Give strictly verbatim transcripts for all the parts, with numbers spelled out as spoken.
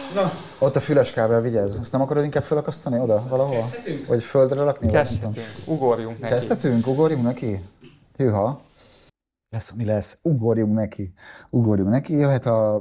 Na. Ott a füles kábel, vigyázz. Azt nem akarod inkább felakasztani oda valahol? Kezdhetünk? Vagy földre rakni? Kezdhetünk. Ugorjunk neki. Kezdhetünk? Ugorjunk neki? Hűha. Lesz, ami lesz. Ugorjunk neki. Ugorjunk neki. Jöhet a...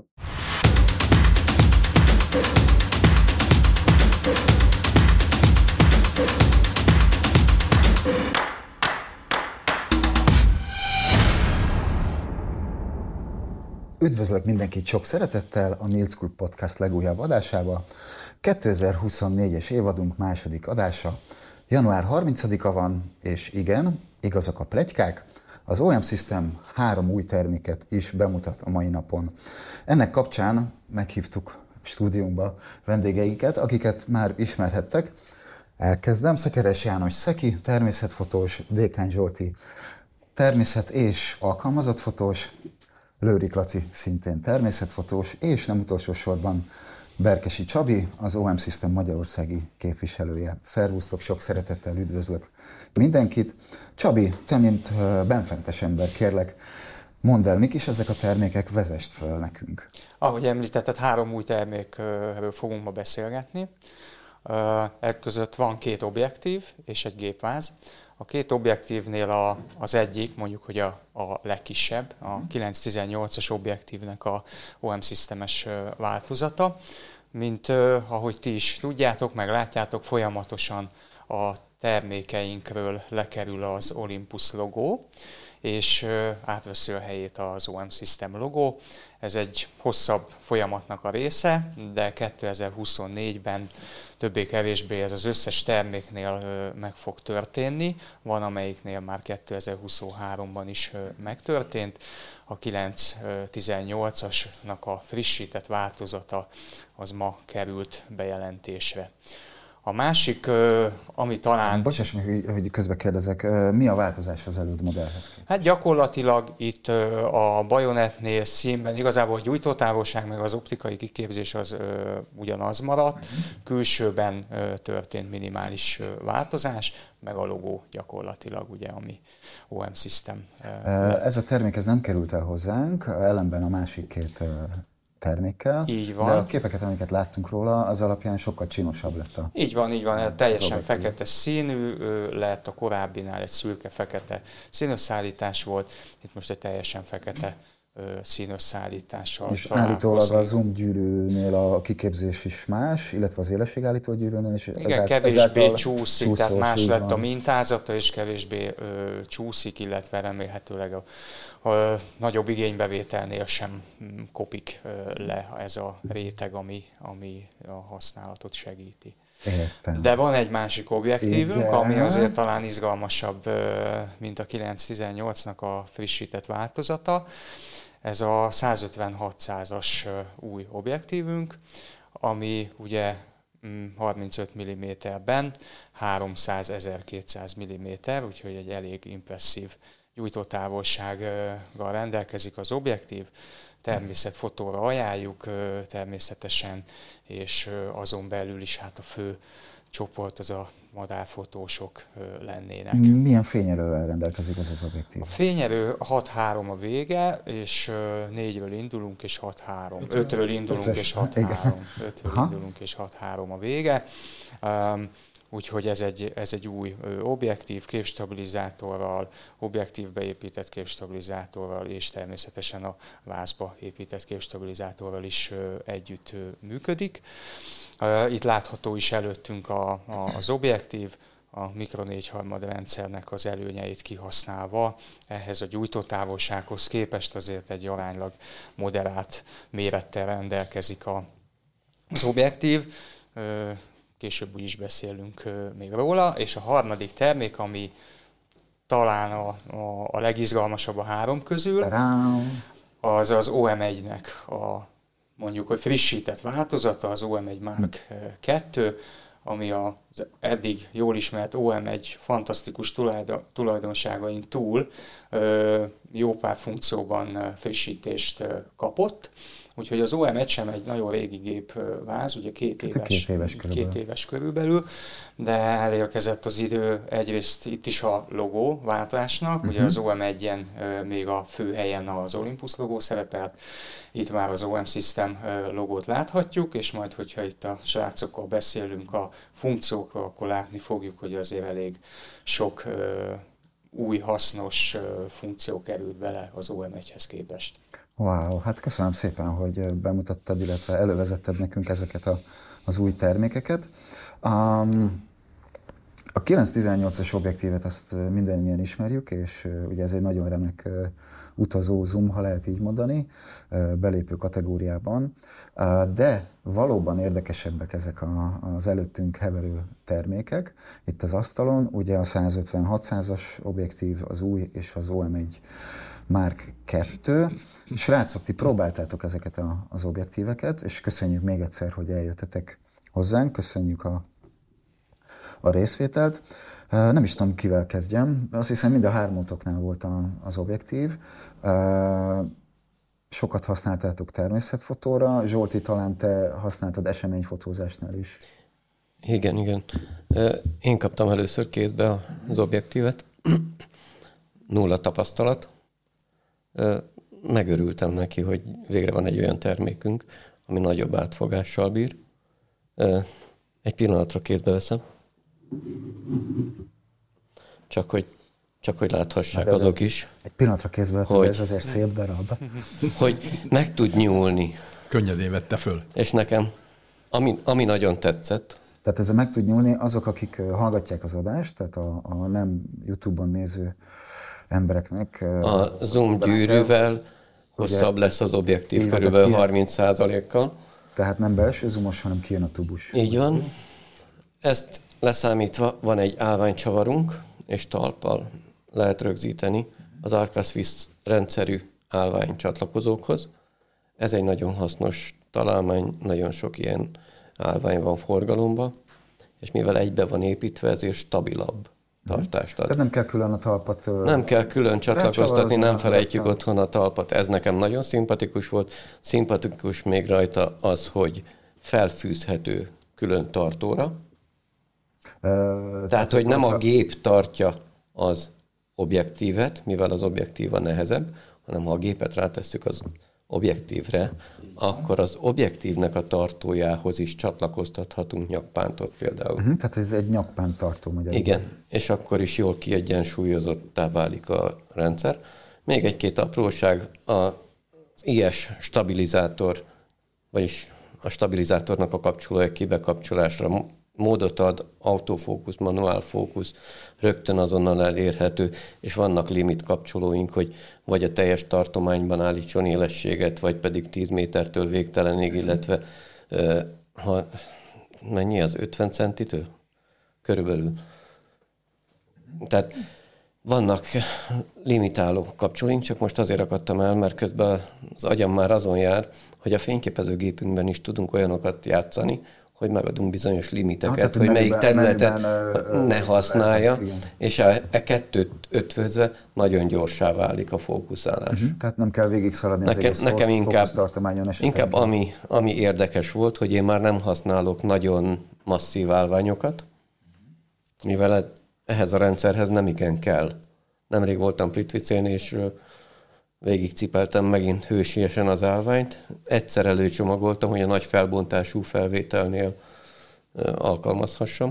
Üdvözlök mindenkit sok szeretettel a Mill School Podcast legújabb adásába. kétezer-huszonnégyes évadunk második adása. január harmincadika van, és igen, igazak a pletykák, az o em System három új terméket is bemutat a mai napon. Ennek kapcsán meghívtuk stúdiónkba vendégeinket, akiket már ismerhettek. Elkezdem, Szekeres János Szeki, természetfotós, Dékány Zsolti, természet és alkalmazott fotós, Lőrik Laci, szintén természetfotós, és nem utolsó sorban Berkesi Csabi, az o em System magyarországi képviselője. Szervusztok, sok szeretettel üdvözlök mindenkit. Csabi, te mint benfentes ember, kérlek, mondd el, mik is ezek a termékek, vezest föl nekünk. Ahogy említetted, három új termékről fogunk ma beszélgetni. Ezek között van két objektív és egy gépváz. A két objektívnél a, az egyik, mondjuk, hogy a, a legkisebb, a kilenc tizennyolcas objektívnek a o em Systemes változata. Mint ahogy ti is tudjátok, meg látjátok, folyamatosan a termékeinkről lekerül az Olympus logó, és átveszi a helyét az o em System logó. Ez egy hosszabb folyamatnak a része, de kétezer-huszonnégyben többé-kevésbé ez az összes terméknél meg fog történni. Van, amelyiknél már kétezer-huszonháromban is megtörtént. A kilenc tizennyolcasnak a frissített változata az ma került bejelentésre. A másik, ami talán... Bocsáss meg, hogy közbe kérdezek, mi a változás az előd modellhez? Hát gyakorlatilag itt a bajonetnél színben igazából a gyújtótávolság meg az optikai kiképzés az ugyanaz maradt, külsőben történt minimális változás, meg a logó gyakorlatilag, ugye, ami o em System. Ez a termék ez nem került el hozzánk, ellenben a másik két termékkel, így van. De a képeket, amiket láttunk róla, az alapján sokkal csinosabb lett a... Így van, így van, teljesen fekete színű lett, a korábbinál egy szürke-fekete színösszállítás volt, itt most egy teljesen fekete színösszállítással. És állítólag a zoom gyűrűnél a kiképzés is más, illetve az élességállító gyűrűnél is. Igen, ezáltal, kevésbé csúszik, csúszós, tehát más lett van. a mintázata, és kevésbé ö, csúszik, illetve remélhetőleg a, a nagyobb igénybevételnél sem kopik ö, le ez a réteg, ami, ami a használatot segíti. Értem. De van egy másik objektívünk, igen, ami azért talán izgalmasabb, mint a kilenc tizennyolcnak a frissített változata. Ez a százötven hatszázas új objektívünk, ami ugye harmincöt milliméterben háromszáz ezerkétszáz milliméter, úgyhogy egy elég impresszív gyújtótávolsággal rendelkezik az objektív. Természetfotóra ajánljuk természetesen, és azon belül is hát a fő csoport az a madárfotósok lennének. Milyen fényerővel rendelkezik ez az objektív? A fényerő hat három a vége, és négyről indulunk, és hat három. ötről indulunk, Ötös. és hat három. ötről indulunk, és hat három a vége. Um, Úgyhogy ez egy, ez egy új objektív, képstabilizátorral, objektívbe épített képstabilizátorral, és természetesen a vázba épített képstabilizátorral is együtt működik. Itt látható is előttünk a, a, az objektív, a mikro négyharmad rendszernek az előnyeit kihasználva, ehhez a gyújtótávolsághoz képest azért egy aránylag moderált mérettel rendelkezik a, az objektív. Később úgy is beszélünk még róla, és a harmadik termék, ami talán a, a, a legizgalmasabb a három közül, az az o em egynek a mondjuk, hogy frissített változata, az o em egy Mark kettő, ami az eddig jól ismert o em egy fantasztikus tulajdonságain túl jó pár funkcióban frissítést kapott. úgyhogy az o em egy sem egy nagyon régi gépváz, ugye két éves, két éves, két éves körülbelül, de elérkezett az idő egyrészt itt is a logó váltásnak, uh-huh. ugye az o em egyen még a főhelyen az Olympus logó szerepelt, itt már az o em System logót láthatjuk, és majd, hogyha itt a srácokkal beszélünk a funkciókról, akkor látni fogjuk, hogy azért elég sok új hasznos funkció került bele az o em egyhez képest. Wow, hát köszönöm szépen, hogy bemutattad, illetve elővezetted nekünk ezeket a, az új termékeket. Um, a kilenc tizennyolcas objektívet azt mindannyian ismerjük, és ugye ez egy nagyon remek utazó zoom, ha lehet így mondani, belépő kategóriában, de valóban érdekesebbek ezek a, az előttünk heverő termékek. Itt az asztalon ugye a százötven hatszázas objektív, az új és az o em egy Mark kettő. Srácok, ti próbáltátok ezeket a, az objektíveket, és köszönjük még egyszer, hogy eljöttetek hozzánk, köszönjük a, a részvételt. Nem is tudom, kivel kezdjem. Azt hiszem, mind a hármótoknál volt a, az objektív. Sokat használtátok természetfotóra. Zsolti, talán te használtad eseményfotózásnál is. Igen, igen. Én kaptam először kézbe az objektívet. Nulla tapasztalat. Megörültem neki, hogy végre van egy olyan termékünk, ami nagyobb átfogással bír. Egy pillanatra kézbe veszem. Csak hogy, csak hogy láthassák azok is. Egy pillanatra kézbe vettem, hogy, ez azért szép darab. Hogy meg tud nyúlni. Könnyedén vette föl. És nekem, ami, ami nagyon tetszett. Tehát ez a meg tud nyúlni, azok, akik hallgatják az adást, tehát a, a nem YouTube-on néző embereknek. A zoom gyűrűvel hosszabb ugye, lesz az objektív, körülbelül harminc százalékkal. Tehát nem belső zoomos, hanem kijön a tubus. Így van. Ezt leszámítva van egy állványcsavarunk, és talppal lehet rögzíteni az Arcaswiss rendszerű állványcsatlakozókhoz. Ez egy nagyon hasznos találmány, nagyon sok ilyen állvány van forgalomba, és mivel egybe van építve, ezért stabilabb tartást ad. Tehát nem kell külön a talpat... Nem kell külön csatlakoztatni, nem felejtjük otthon a talpat. Ez nekem nagyon szimpatikus volt. Szimpatikus még rajta az, hogy felfűzhető külön tartóra. Uh, tehát, tehát, hogy nem a gép tartja az objektívet, mivel az objektíva nehezebb, hanem ha a gépet rátesszük az objektívre, akkor az objektívnek a tartójához is csatlakoztathatunk nyakpántot például. Uh-huh, tehát ez egy nyakpánt tartó magyarul. Igen, és akkor is jól kiegyensúlyozottá válik a rendszer. Még egy-két apróság, az i es stabilizátor, vagyis a stabilizátornak a kapcsolója kibekapcsolásra módot ad, autofókusz, manuál fókusz, rögtön azonnal elérhető, és vannak limit kapcsolóink, hogy vagy a teljes tartományban állítson élességet, vagy pedig tíz métertől végtelenig, illetve ha mennyi az, ötven centitől? Körülbelül. Tehát vannak limitáló kapcsolóink, csak most azért akadtam el, mert közben az agyam már azon jár, hogy a fényképezőgépünkben is tudunk olyanokat játszani, hogy megadunk bizonyos limiteket, hát, hogy melyik területet mennyiben, ne használja, lehet, és a, a kettőt ötvözve nagyon gyorsá válik a fókuszálás. Uh-huh. Tehát nem kell végig szaladni az nekem, egész nekem inkább, inkább inkább ami, ami érdekes volt, hogy én már nem használok nagyon masszív állványokat, mivel ehhez a rendszerhez nem igen kell. Nemrég voltam Plitvicén, és végigcipeltem megint hősiesen az állványt. Egyszer előcsomagoltam, hogy a nagy felbontású felvételnél alkalmazhassam,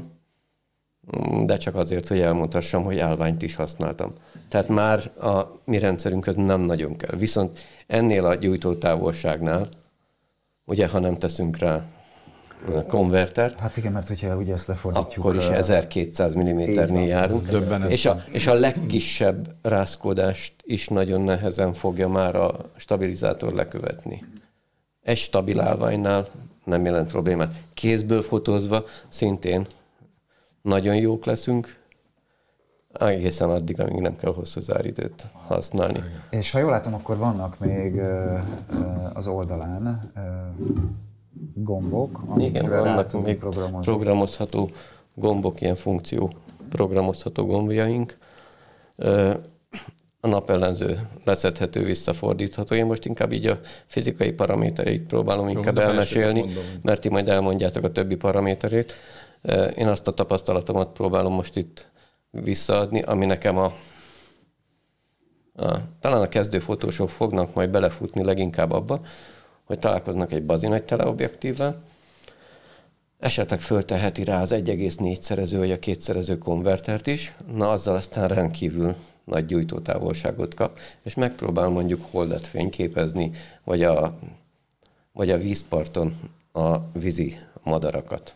de csak azért, hogy elmondhassam, hogy állványt is használtam. Tehát már a mi rendszerünkhöz nem nagyon kell. Viszont ennél a gyújtótávolságnál, ugye, ha nem teszünk rá konvertert, hát igen, mert hogyha ugye ezt lefordítjuk, akkor is ezerkétszáz milliméternél járunk, és a, és a legkisebb rázkódást is nagyon nehezen fogja már a stabilizátor lekövetni. Egy stabil állványnál nem jelent problémát. Kézből fotózva szintén nagyon jók leszünk, egészen addig, amíg nem kell hosszú záridőt használni. És ha jól látom, akkor vannak még az oldalán gombok, igen, vannak még programozni. programozható gombok, ilyen funkció programozható gombjaink. a napellenző leszedhető, visszafordítható. Én most inkább így a fizikai paramétereit próbálom Jó, inkább elmesélni, mert ti majd elmondjátok a többi paraméterét. Én azt a tapasztalatomat próbálom most itt visszaadni, ami nekem a, a talán a kezdő fotósok fognak majd belefutni leginkább abba, hogy találkoznak egy bazi nagy teleobjektívvel, esetleg fölteheti rá az egy egész négyszerező vagy a kétszerező konvertert is, na azzal aztán rendkívül nagy gyújtótávolságot kap, és megpróbál mondjuk holdat fényképezni, vagy a, vagy a vízparton a vízi madarakat.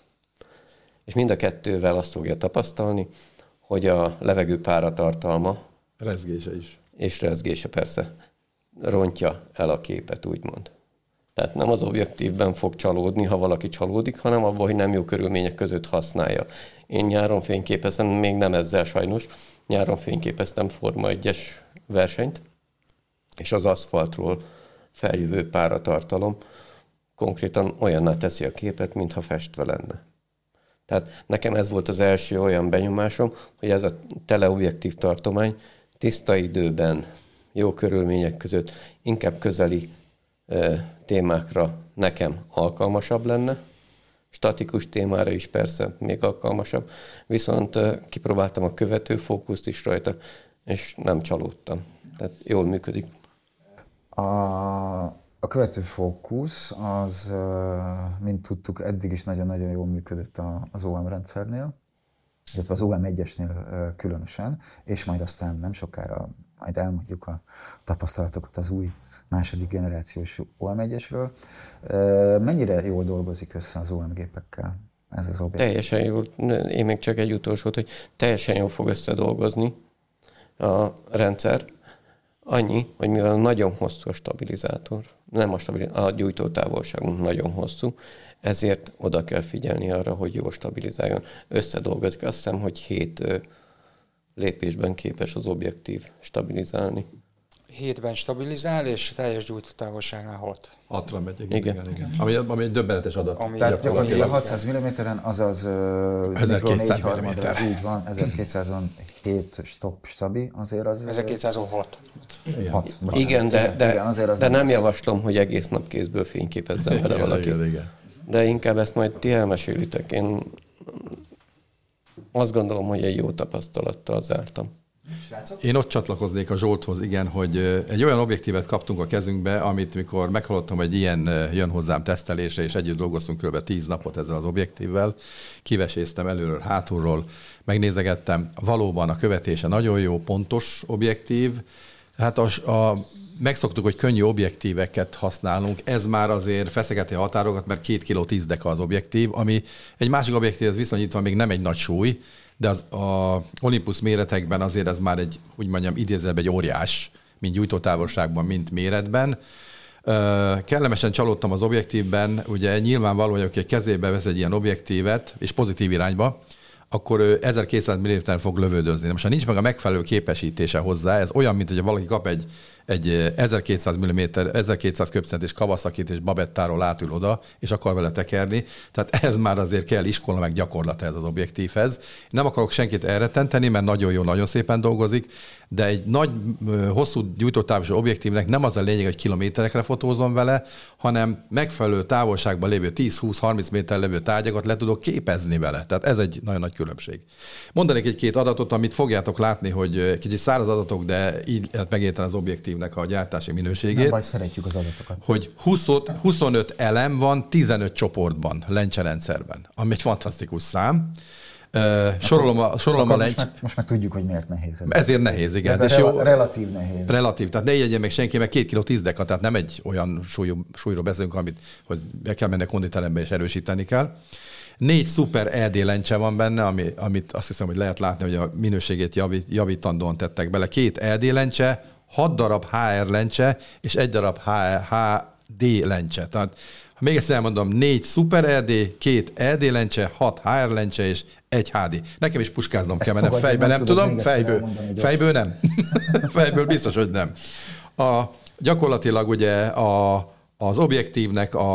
És mind a kettővel azt fogja tapasztalni, hogy a levegő páratartalma rezgése is. És rezgése persze rontja el a képet, úgymond. Tehát nem az objektívben fog csalódni, ha valaki csalódik, hanem abban, hogy nem jó körülmények között használja. Én nyáron fényképeztem, még nem ezzel sajnos, nyáron fényképeztem Forma egyes versenyt, és az aszfaltról feljövő páratartalom konkrétan olyanná teszi a képet, mintha festve lenne. Tehát nekem ez volt az első olyan benyomásom, hogy ez a teleobjektív tartomány tiszta időben, jó körülmények között inkább közeli e, témákra nekem alkalmasabb lenne, statikus témára is persze még alkalmasabb, viszont e, kipróbáltam a követő fókuszt is rajta, és nem csalódtam. Tehát jól működik. A, a követő fókusz az, mint tudtuk, eddig is nagyon-nagyon jól működött az o em rendszernél, illetve az o em egyesnél különösen, és majd aztán nem sokára majd elmondjuk a tapasztalatokat az új második generációs o em egyesről. Mennyire jól dolgozik össze az o em gépekkel ez az objektív? Teljesen jól. Én még csak egy utolsót, hogy teljesen jól fog összedolgozni a rendszer. Annyi, hogy mivel nagyon hosszú a stabilizátor, nem a stabilizátor, a gyújtótávolságunk nagyon hosszú, ezért oda kell figyelni arra, hogy jól stabilizáljon. Összedolgozik. Azt hiszem, hogy hét lépésben képes az objektív stabilizálni. Hétben stabilizál, és teljes gyújtótávolságnál hat. Hatra megy, igen, igen. igen, igen. Ami, ami egy döbbenetes adat. Ami Tehát gyakorlatilag hatszáz milliméteren, azaz ezerkétszáz milliméter. Így van, ezerkétszázhét stop stabi, azért az... ezerkétszázhat. hat. Igen, de, de, igen, azért az de nem javaslom, hogy egész nap kézből fényképezzem vele valaki. Igen, igen. De inkább ezt majd ti elmesélitek. Én azt gondolom, hogy egy jó tapasztalattal zártam. Én ott csatlakoznék a Zsolthoz, igen, hogy egy olyan objektívet kaptunk a kezünkbe, amit mikor meghallottam, hogy ilyen jön hozzám tesztelésre, és együtt dolgoztunk kb. tíz napot ezzel az objektívvel, kiveséztem előről, hátulról, megnézegettem, valóban a követése nagyon jó, pontos objektív. Hát a, a, megszoktuk, hogy könnyű objektíveket használunk, ez már azért feszegeti a határokat, mert két kiló tíz deka az objektív, ami egy másik objektívhez viszonyítva még nem egy nagy súly, de az a Olympus méretekben azért ez már egy, úgy mondjam, idézőjelben egy óriás, mint gyújtótávolságban, mint méretben. Kellemesen csalódtam az objektívben, ugye nyilvánvaló, hogy aki kezébe vesz egy ilyen objektívet, és pozitív irányba, akkor ő ezerkétszáz milliméteren fog lövöldözni. De most, ha nincs meg a megfelelő képesítése hozzá, ez olyan, mint hogy valaki kap egy, egy ezerkétszáz milliméter, ezerkétszáz köbcentis Kawasakit és Babettáról átül oda, és akar vele tekerni. Tehát ez már azért kell iskola meg gyakorlat ez az objektívhez. Nem akarok senkit elrettenteni, mert nagyon jó, nagyon szépen dolgozik, de egy nagy, hosszú gyújtótávolságú objektívnek nem az a lényeg, hogy kilométerekre fotózom vele, hanem megfelelő távolságban lévő tíz-húsz-harminc méter lévő tárgyakat le tudok képezni vele. Tehát ez egy nagyon nagy különbség. Mondanék egy-két adatot, amit fogjátok látni, hogy kicsit száraz adatok, de így lehet megérteni az objektívnek a gyártási minőségét. Nem baj, szeretjük az adatokat. Hogy húsz, huszonöt elem van tizenöt csoportban, lencserendszerben, ami egy fantasztikus szám. Uh, sorolom a, sorolom a lencs... most, meg, most meg tudjuk, hogy miért nehéz. Ez Ezért nehéz, igen. Ez rel- relatív nehéz. Relatív, tehát ne jegyen meg senki, meg két kiló tíz deka, tehát nem egy olyan súlyú, súlyról beszélünk, amit hogy be kell menni a konditerembe és erősíteni kell. Négy szuper é dé lencse van benne, ami, amit azt hiszem, hogy lehet látni, hogy a minőségét javít, javítandóan tettek bele. Két é dé lencse, hat darab há er lencse és egy darab há dé lencse. Tehát még egyszer elmondom, négy szuper é dé, két é dé lencse, hat há er lencse és egy há dé. Nekem is puskáznom kell, mert nem fejben nem, nem tudom, fejből, fejből nem. Fejből biztos, hogy nem. A, gyakorlatilag ugye a, az objektívnek a,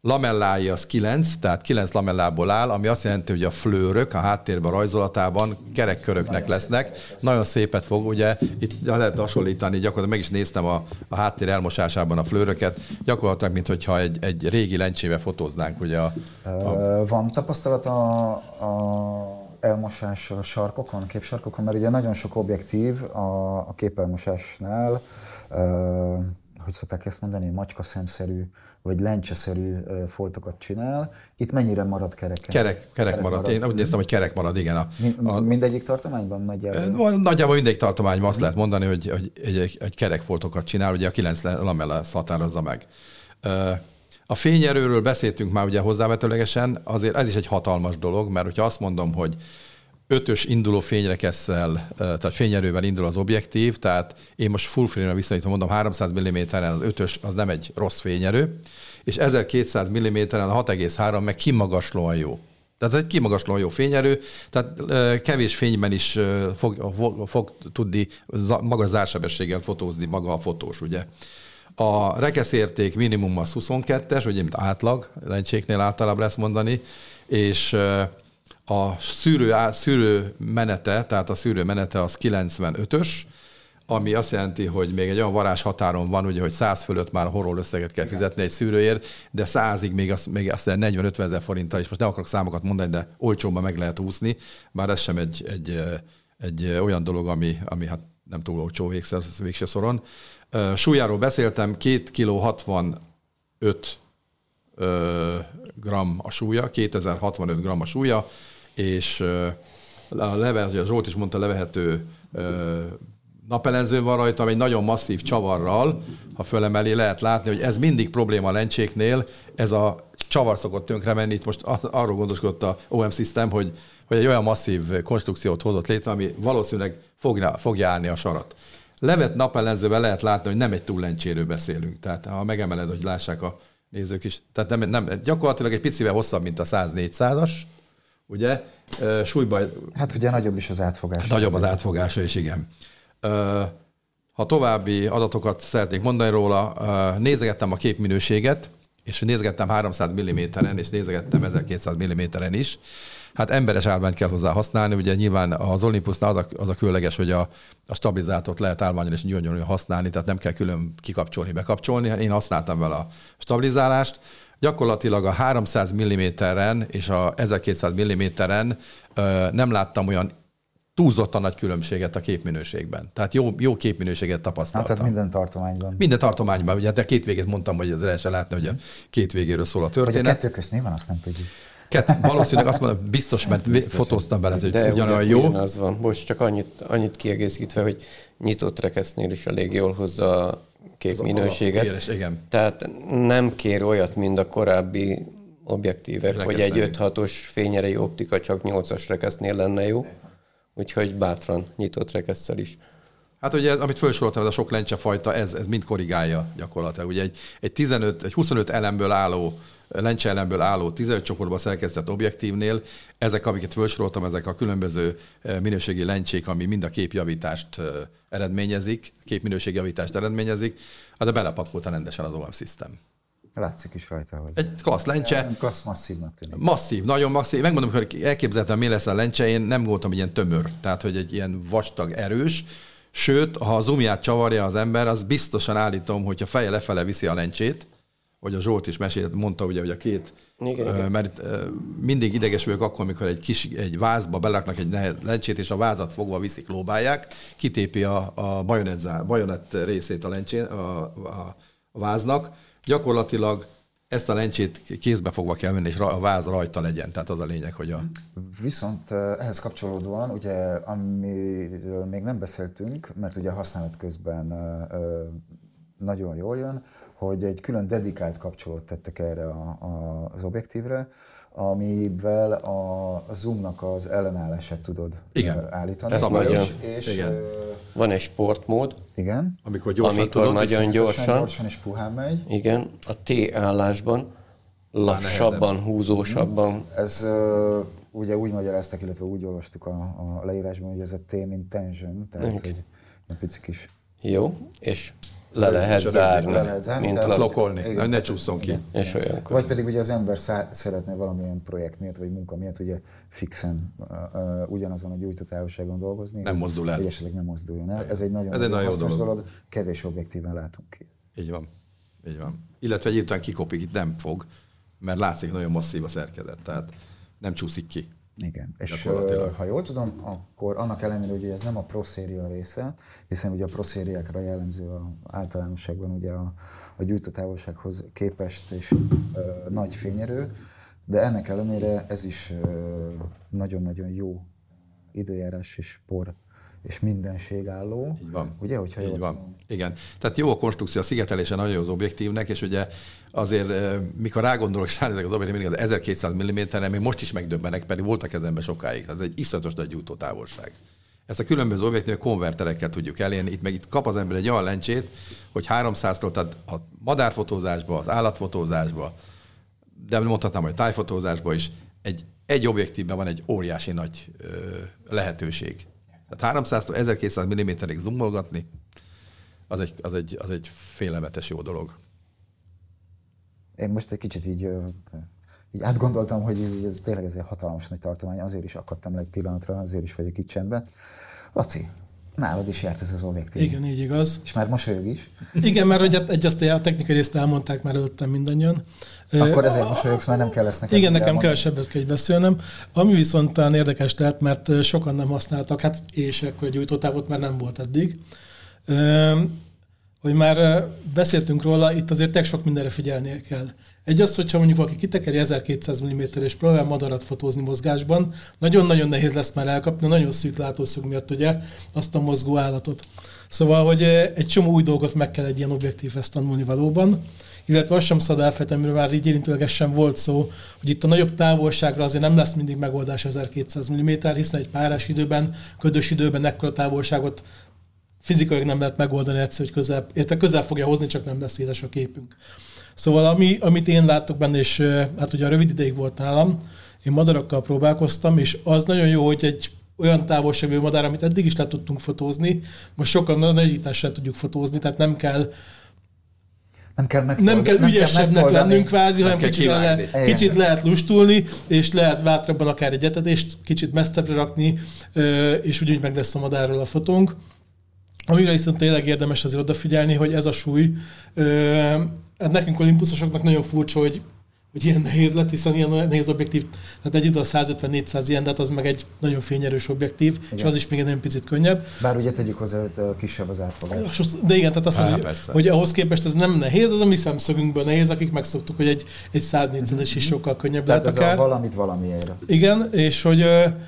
lamellái az kilenc, tehát kilenc lamellából áll, ami azt jelenti, hogy a flőrök a háttérben rajzolatában kerekköröknek lesznek. Nagyon szépet fog, ugye, itt lehet hasonlítani, gyakorlatilag meg is néztem a, a háttér elmosásában a flőröket, gyakorlatilag, mintha egy, egy régi lencsébe fotóznánk, ugye. A, a... Van tapasztalat a, a elmosás a sarkokon, képsarkokon, mert ugye nagyon sok objektív a, a képelmosásnál, uh, hogy szokták ezt mondani, macskaszemszerű vagy lencseszerű foltokat csinál. Itt mennyire marad kerek? Kerek, kerek, kerek marad. marad. Én úgy néztem, hogy kerek marad, igen. A, a... Mindegyik tartományban nagyjából? Nagyjából mindegyik tartományban azt lehet mondani, hogy, hogy egy, egy, egy kerek foltokat csinál, ugye a kilenc lamella ezt határozza meg. A fényerőről beszéltünk már ugye hozzávetőlegesen, azért ez is egy hatalmas dolog, mert hogyha azt mondom, hogy ötös induló fényrekesszel, tehát fényerővel indul az objektív, tehát én most full frame-re viszonyítva mondom, háromszáz milliméteren az ötös az nem egy rossz fényerő, és ezerkétszáz milliméteren a hat egész három meg kimagaslóan jó. Tehát ez egy kimagaslóan jó fényerő, tehát kevés fényben is fog, fog, fog tudni magas zársebességgel fotózni maga a fotós, ugye. A rekeszérték minimum az huszonkettes, ugye, mint átlag, lencséknél általában ezt mondani, és a szűrő, szűrő menete, tehát a szűrő menete az kilencvenötös, ami azt jelenti, hogy még egy olyan varázshatáron van, ugye, hogy száz fölött már horror összeget kell fizetni egy szűrőért, de százig még azt, még azt negyven-ötven ezer forinttal, és most nem akarok számokat mondani, de olcsóban meg lehet úszni, bár ez sem egy, egy, egy olyan dolog, ami, ami hát nem túl olcsó végső, végső soron. Súlyáról beszéltem, két kiló hatvanöt gram a súlya, kétezer-hatvanöt gram a súlya, és a leve, a Zsolt is mondta, levehető napellenző van rajta, egy nagyon masszív csavarral, ha fölemeli, lehet látni, hogy ez mindig probléma a lencséknél, ez a csavar szokott tönkre menni, itt most arról gondoskodott a o em System, hogy, hogy egy olyan masszív konstrukciót hozott létre, ami valószínűleg fogja, fogja állni a sarat. Levet napellenzővel lehet látni, hogy nem egy túl lencséről beszélünk, tehát ha megemeled, hogy lássák a nézők is, tehát nem, nem, gyakorlatilag egy picivel hosszabb, mint a száz-négyszázas, ugye, súlyban... Hát ugye nagyobb is az átfogása. Nagyobb az átfogása is, igen. Ha további adatokat szeretnék mondani róla, nézegettem a képminőséget, és nézegettem háromszáz milliméteren, és nézegettem ezerkétszáz milliméteren is. Hát emberes állványt kell hozzá használni, ugye nyilván az Olympusnál az a, az a különleges, hogy a, a stabilizátort lehet állványon és gyöngyön használni, tehát nem kell külön kikapcsolni, bekapcsolni. Én használtam vele a stabilizálást. Gyakorlatilag a háromszáz milliméteren és a ezerkétszáz milliméteren nem láttam olyan túlzottan nagy különbséget a képminőségben. Tehát jó, jó képminőséget tapasztaltam. Hát, tehát minden tartományban. Minden tartományban. Ugye de két végét mondtam, hogy az lehessen látni, hogy a két végéről szól a történet. Vagy a kettő közt mi van, azt nem tudjuk. Kett, valószínűleg azt mondom, biztos, mert biztos, fotóztam bele, hogy ugyanolyan jó. Az van. Most csak annyit, annyit kiegészítve, hogy nyitott rekesznél is elég jól hozza a képminőséget. Éles, igen. Tehát nem kér olyat, mint a korábbi objektívek, Rekesz hogy egy öt hatos fényerejű optika csak nyolcas rekesznél lenne jó. Úgyhogy bátran nyitott rekesszel is. Hát ugye, amit felsoroltam, ez a sok lencsefajta, ez, ez mind korrigálja gyakorlatilag. Ugye egy, egy, tizenöt, egy huszonöt elemből álló, lencseelemből álló tizenöt csoportba szerkesztett objektívnél, ezek, amiket felsoroltam, ezek a különböző minőségi lencsék, ami mind a képjavítást eredményezik, képminőségjavítást eredményezik, de belepakolta rendesen az o em System. Látszik is rajta, hogy... Egy klassz lencse. Klassz masszívnak tűnik. Masszív, nagyon masszív. Megmondom, hogy elképzeltem, mi lesz a lencse, én nem voltam ilyen tömör, tehát hogy egy ilyen vastag, erős. Sőt, ha a zoomját csavarja az ember, az biztosan állítom, hogyha feje lefele viszi a lencsét, hogy a Zsolt is mesélt, mondta ugye, hogy a két, igen, uh, igen. mert uh, mindig ideges vagyok akkor, amikor egy kis egy vázba beraknak egy lencsét, és a vázat fogva viszik, lóbálják, kitépi a, a bajonett, bajonett részét a lencsén, a, a, a váznak. Gyakorlatilag ezt a lencsét kézbe fogva kell venni, és a váz rajta legyen. Tehát az a lényeg, hogy a... Viszont ehhez kapcsolódóan, ugye, amiről még nem beszéltünk, mert ugye a használat közben nagyon jól jön, hogy egy külön dedikált kapcsolót tettek erre a, a, az objektívre, amivel a, a zoomnak az ellenállását tudod igen. állítani. Ez nagyon. És, igen. Van egy sportmód, igen. amikor, gyorsan amikor tudod, nagyon gyorsan, gyorsan és puhán megy. Igen, a T állásban, lassabban, húzósabban. Ez uh, ugye úgy magyarázták, illetve úgy olvastuk a, a leírásban, hogy ez a T mint tension, tehát igen. hogy egy pici kis... Jó, és le lehet zárni. Le lehet zárni, mint tehát lokolni, igen, ne csúszson ki. És olyankor. Vagy pedig ugye az ember szá- szeretne valamilyen projekt miatt, vagy munka miatt ugye fixen uh, uh, ugyanazon a gyújtótávolságon dolgozni. Nem mozdul el. Vagy esetleg nem mozduljon el. Ez egy nagyon, Ez egy nagyon hasznos dolog. dolog. Kevés objektíven látunk ki. Így van. Így van. Illetve egy után kikopik, itt nem fog, mert látszik, nagyon masszív a szerkezet, tehát nem csúszik ki. Igen, és uh, ha jól tudom, akkor annak ellenére, hogy ez nem a Pro Seria része, hiszen ugye a Pro Seriákra jellemző a, általánosságban ugye a, a gyújtótávolsághoz képest és uh, nagy fényerő, de ennek ellenére ez is uh, nagyon-nagyon jó időjárás és por és mindenségálló. Így van. Ugye, hogyha Így van. Tudom. Igen. Tehát jó a konstrukció, a szigetelése nagyon jó az objektívnek, és ugye azért, mikor rágondolok, és ezek az objektív mindig az ezerkétszáz milliméterre, még most is megdöbbenek, pedig volt a kezemben sokáig. Ez egy iszonyatos nagy gyújtótávolság. Ezt a különböző objektívek konverterekkel tudjuk elérni. Itt meg itt kap az ember egy olyan lencsét, hogy háromszáztól, tehát a madárfotózásba, az állatfotózásba, de mondhatnám, hogy tájfotózásba is, egy, egy objektívben van egy óriási nagy ö, lehetőség. Tehát háromszáztól ezerkétszáz milliméterig zoomolgatni, az egy, az, egy, az egy félelmetes jó dolog. Én most egy kicsit így, így átgondoltam, hogy ez, ez tényleg ez egy hatalmas nagy tartomány, azért is akadtam le egy pillanatra, azért is vagyok itt csendben. Laci, nálad is járt ez az objektív. Igen, így igaz. És már mosolyog is. Igen, mert hogy egy azt a technikai részt elmondták már előttem mindannyian. Akkor ezért mosolyogsz, mert nem kell ezt neked. Igen, nekem kevesebbet kell beszélnem. Ami viszont talán érdekes lehet, mert sokan nem használtak, hát és akkor egy gyújtótávot már nem volt eddig. Hogy már beszéltünk róla, itt azért tényleg sok mindenre figyelnie kell. Egy az, hogyha mondjuk valaki kitekeri ezerkétszáz milliméter és próbál madarat fotózni mozgásban, nagyon-nagyon nehéz lesz már elkapni, nagyon szűk látószög miatt ugye azt a mozgó állatot. Szóval, hogy egy csomó új dolgot meg kell egy ilyen objektívhez tanulni valóban, illetve azt sem szabad elfelejteni, amiről már így érintőlegesen volt szó, hogy itt a nagyobb távolságra azért nem lesz mindig megoldás ezerkétszáz milliméter, hiszen egy párás időben, ködös időben ekkora távolságot fizikailag nem lehet megoldani egyszer, hogy közel, érte közel fogja hozni, csak nem lesz éles a képünk. Szóval ami, amit én láttok benne, és hát ugye a rövid ideig volt nálam, én madarakkal próbálkoztam, és az nagyon jó, hogy egy olyan távolságú madár, amit eddig is le tudtunk fotózni, most sokkal nagyítással tudjuk fotózni, tehát nem kell Nem kell, nem kell ügyesebbnek lennünk kvázi, hanem kicsit, le, kicsit lehet lustulni, és lehet bátrabban akár egy etetést kicsit messzebbre rakni, és úgy meg lesz a madárról a fotónk. Amire viszont tényleg érdemes azért odafigyelni, hogy ez a súly, hát nekünk olimpuszosoknak nagyon furcsa, hogy, hogy ilyen nehéz lett, hiszen ilyen nehéz objektív, tehát egy idő száz ötven-négyszáz ilyen, de hát az meg egy nagyon fényerős objektív, igen. És az is még egy nagyon picit könnyebb. Bár ugye tegyük hozzá, hogy kisebb az átfogás. De igen, tehát azt mondja, hogy, hogy ahhoz képest ez nem nehéz, az a mi szemszögünkből nehéz, akik megszoktuk, hogy egy, egy száz-négyszázas is sokkal könnyebb tehát lehet akár. akár. valamit valamiért. Igen, és hogy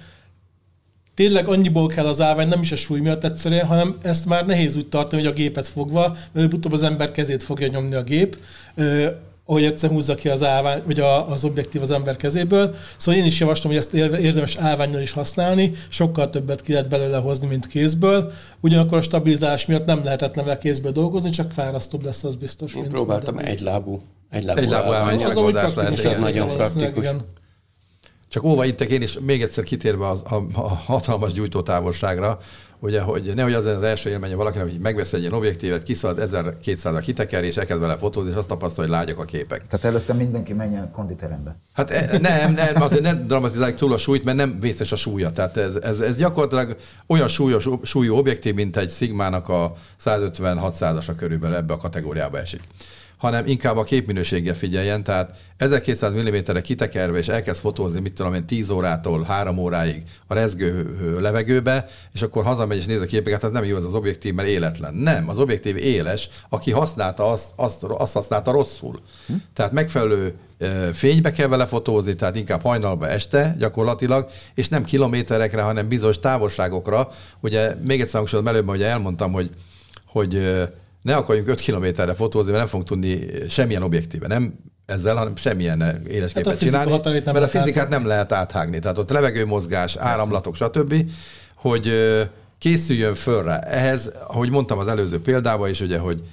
tényleg annyiból kell az állvány, nem is a súly miatt egyszerűen, hanem ezt már nehéz úgy tartani, hogy a gépet fogva, mert utóbb az ember kezét fogja nyomni a gép, ahogy egyszer húzza ki az állvány, vagy az objektív az ember kezéből. Szóval én is javaslom, hogy ezt érdemes állványnal is használni, sokkal többet ki lehet belőle hozni, mint kézből. Ugyanakkor a stabilizálás miatt nem lehetetlen vele kézből dolgozni, csak fárasztóbb lesz, az biztos. Én próbáltam egy lábú, egy lábú, egy lábú állvány megoldás lehet. És az nagyon praktikus. Csak óva ittek én is, még egyszer kitérve az, a, a hatalmas gyújtótávolságra, ugye, hogy nehogy az az első élménye valakinek, hogy megvesz egy ilyen objektívet, kiszalad ezerkétszázra kiteker, és elkezd vele fotózni, és azt tapasztal, hogy lágyak a képek. Tehát előtte mindenki menjen konditerembe. Hát nem, nem, azért nem dramatizáljuk túl a súlyt, mert nem vészes a súlya. Tehát ez, ez, ez gyakorlatilag olyan súlyos, súlyú objektív, mint egy Sigmának a száz ötven-hatszázasa körülbelül ebbe a kategóriába esik. Hanem inkább a képminőséggel figyeljen, tehát ezerkétszáz milliméterre kitekerve, és elkezd fotózni, mit tudom én, tíz órától három óráig a rezgő levegőbe, és akkor hazamegy és néz a képeket, hát ez nem jó az az objektív, mert életlen. Nem, az objektív éles, aki használta, azt, azt, azt használta rosszul. Hm? Tehát megfelelő fénybe kell vele fotózni, tehát inkább hajnalba, este gyakorlatilag, és nem kilométerekre, hanem bizonyos távolságokra. Ugye még egyszer hangsúlyozom előbb, hogy elmondtam, hogy, hogy ne akarjunk öt kilométerre fotózni, mert nem fogunk tudni semmilyen objektíve, nem ezzel, hanem semmilyen élesképet hát csinálni, mert a fizikát nem lehet áthágni. Tehát ott levegőmozgás, áramlatok, stb., hogy készüljön föl rá. Ehhez, ahogy mondtam az előző példában is, ugye, hogy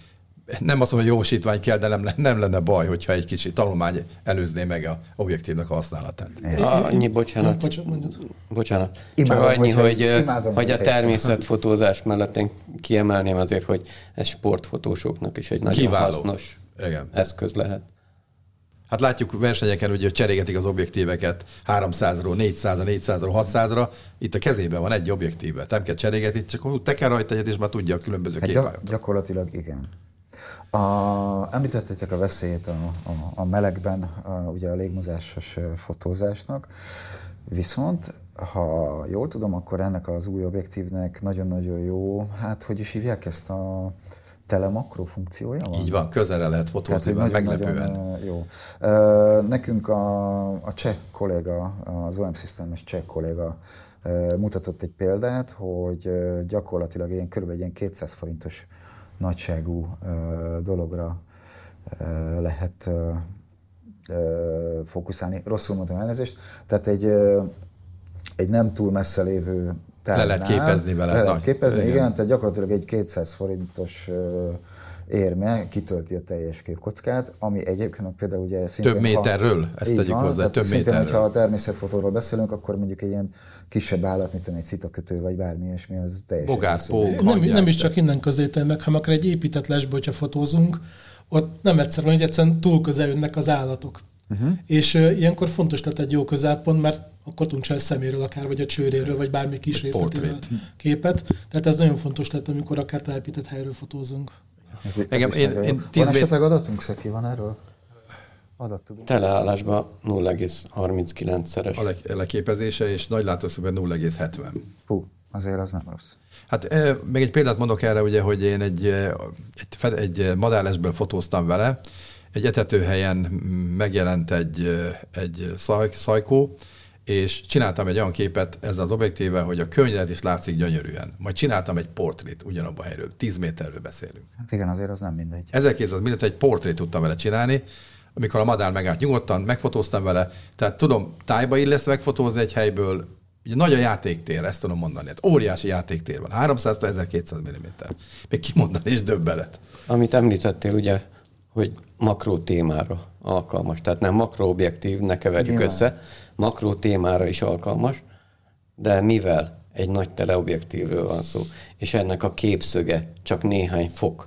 nem azt mondom, hogy jogosítvány kell, de nem, nem lenne baj, hogyha egy kicsit tanulmány előzné meg a objektívnek a használatát. Annyi, bocsánat. Bocsánat. Bocsánat. Imádom, Csak annyi, hogy, hogy, imádom, hogy a hogy természetfotózás mellett én kiemelném azért, hogy ez sportfotósoknak is egy nagyon Kiváló. hasznos Igen. eszköz lehet. Hát látjuk versenyeken, hogy cserégetik az objektíveket háromszázról, négyszázra, négyszázról, hatszázra. Itt a kezében van egy objektíve. Nem kell cserégetni, csak teker rajta egyet, és már tudja a különböző hát képákat. gyakorlatilag igen. A, említettétek a veszélyét a, a, a melegben, a, ugye a légmozásos fotózásnak, viszont ha jól tudom, akkor ennek az új objektívnek nagyon-nagyon jó, hát hogy is hívják ezt a telemakro funkciója van? Így van, közelre lehet fotózni, Tehát, meglepően. Nagyon jó. Nekünk a, a cseh kolléga, az o em Systemes cseh kolléga mutatott egy példát, hogy gyakorlatilag ilyen körülbelül ilyen kétszáz forintos nagyságú dologra lehet fókuszálni. Rosszul mondtam, elnézést. Tehát egy, egy nem túl messze lévő tárnál, le lehet képezni vele. Le lehet képezni, igen. igen, tehát gyakorlatilag egy kétszáz forintos érme kitölti a teljes képkockát, ami egyébként például ugye szintén... Több méterről, ha, ezt tegyük hozzá, több szintén, méterről. hogyha a természetfotóról beszélünk, akkor mondjuk egy ilyen kisebb állat, mint egy szitakötő, vagy bármi ilyesmi, az teljesen... Bogár, pók, nem, nem is csak innen közéten meg, hanem akár egy épített lesbe, hogyha fotózunk, ott nem egyszer van, hogy egyszerűen túl közel jönnek az állatok. Uh-huh. És uh, ilyenkor fontos lett egy jó közelpont, mert akkor tudunk csinálni szeméről akár, vagy a csőréről, vagy bármi kis részletéről képet. Tehát ez nagyon fontos lett, amikor akár telepített helyről fotózunk. Ez, ez Engem, én, én van esetleg adatunk, Szeki, van erről? Adat tudunk. Teleállásban nulla egész harminckilenc-szeres. A le- leképezése, és nagy látószögben nulla egész hetven. Hú, azért az nem rossz. Hát e, még egy példát mondok erre, ugye, hogy én egy, egy, egy madárlesből fotóztam vele, egy etetőhelyen megjelent egy, egy szaj, szajkó, és csináltam egy olyan képet ezzel az objektívvel, hogy a környezet is látszik gyönyörűen. Majd csináltam egy portrét ugyanabban a helyről, tíz méterről beszélünk. Hát igen, azért az nem mindegy. ezerkétszáz milliméter egy portrét tudtam vele csinálni, amikor a madár megállt nyugodtan, megfotóztam vele, tehát tudom, tájba illesz megfotózni egy helyből, ugye nagy a játéktér, ezt tudom mondani, hát óriási játéktér van, háromszáz ezerkétszáz milliméter. Még kimondani is döbbenet. Amit említettél, ugye, hogy makró témára alkalmas, tehát nem makroobjektív, ne keverjük Igen. össze, makró témára is alkalmas, de mivel egy nagy teleobjektívről van szó, és ennek a képszöge csak néhány fok,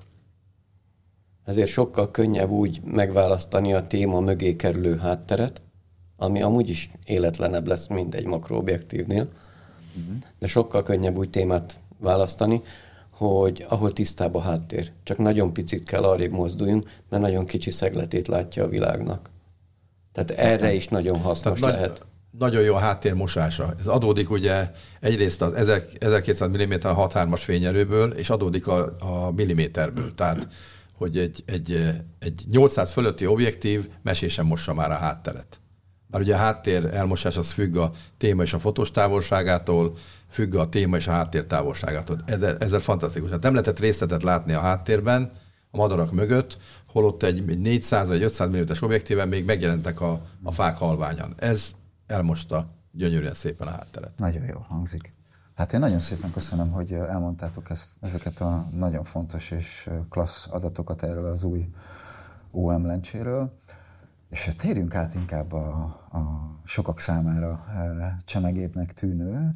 ezért sokkal könnyebb úgy megválasztani a téma mögé kerülő hátteret, ami amúgy is életlenebb lesz, mint egy makroobjektívnél, de sokkal könnyebb úgy témát választani, hogy ahol tisztább a háttér. Csak nagyon picit kell arrébb mozduljunk, mert nagyon kicsi szegletét látja a világnak. Tehát erre is nagyon hasznos Tehát lehet. Nagy, nagyon jó a háttér mosása. Ez adódik ugye egyrészt az ezerkétszáz milliméter a hat hármas fényerőből, és adódik a, a milliméterből. Tehát, hogy egy, egy, egy nyolcszáz fölötti objektív mesésen mossa már a hátteret. Mert ugye a háttér elmosás az függ a téma és a fotós távolságától, függ a téma és a háttér távolságától. Ezzel, ezzel fantasztikus. Hát nem lehetett részletet látni a háttérben, a madarak mögött, holott egy, egy négyszáz vagy ötszáz milliméteres objektíven még megjelentek a, a fák halványan. Ez elmosta gyönyörűen szépen a hátteret. Nagyon jól hangzik. Hát én nagyon szépen köszönöm, hogy elmondtátok ezt, ezeket a nagyon fontos és klassz adatokat erről az új o em lencséről. És térjünk át inkább a, a sokak számára csemegépnek tűnő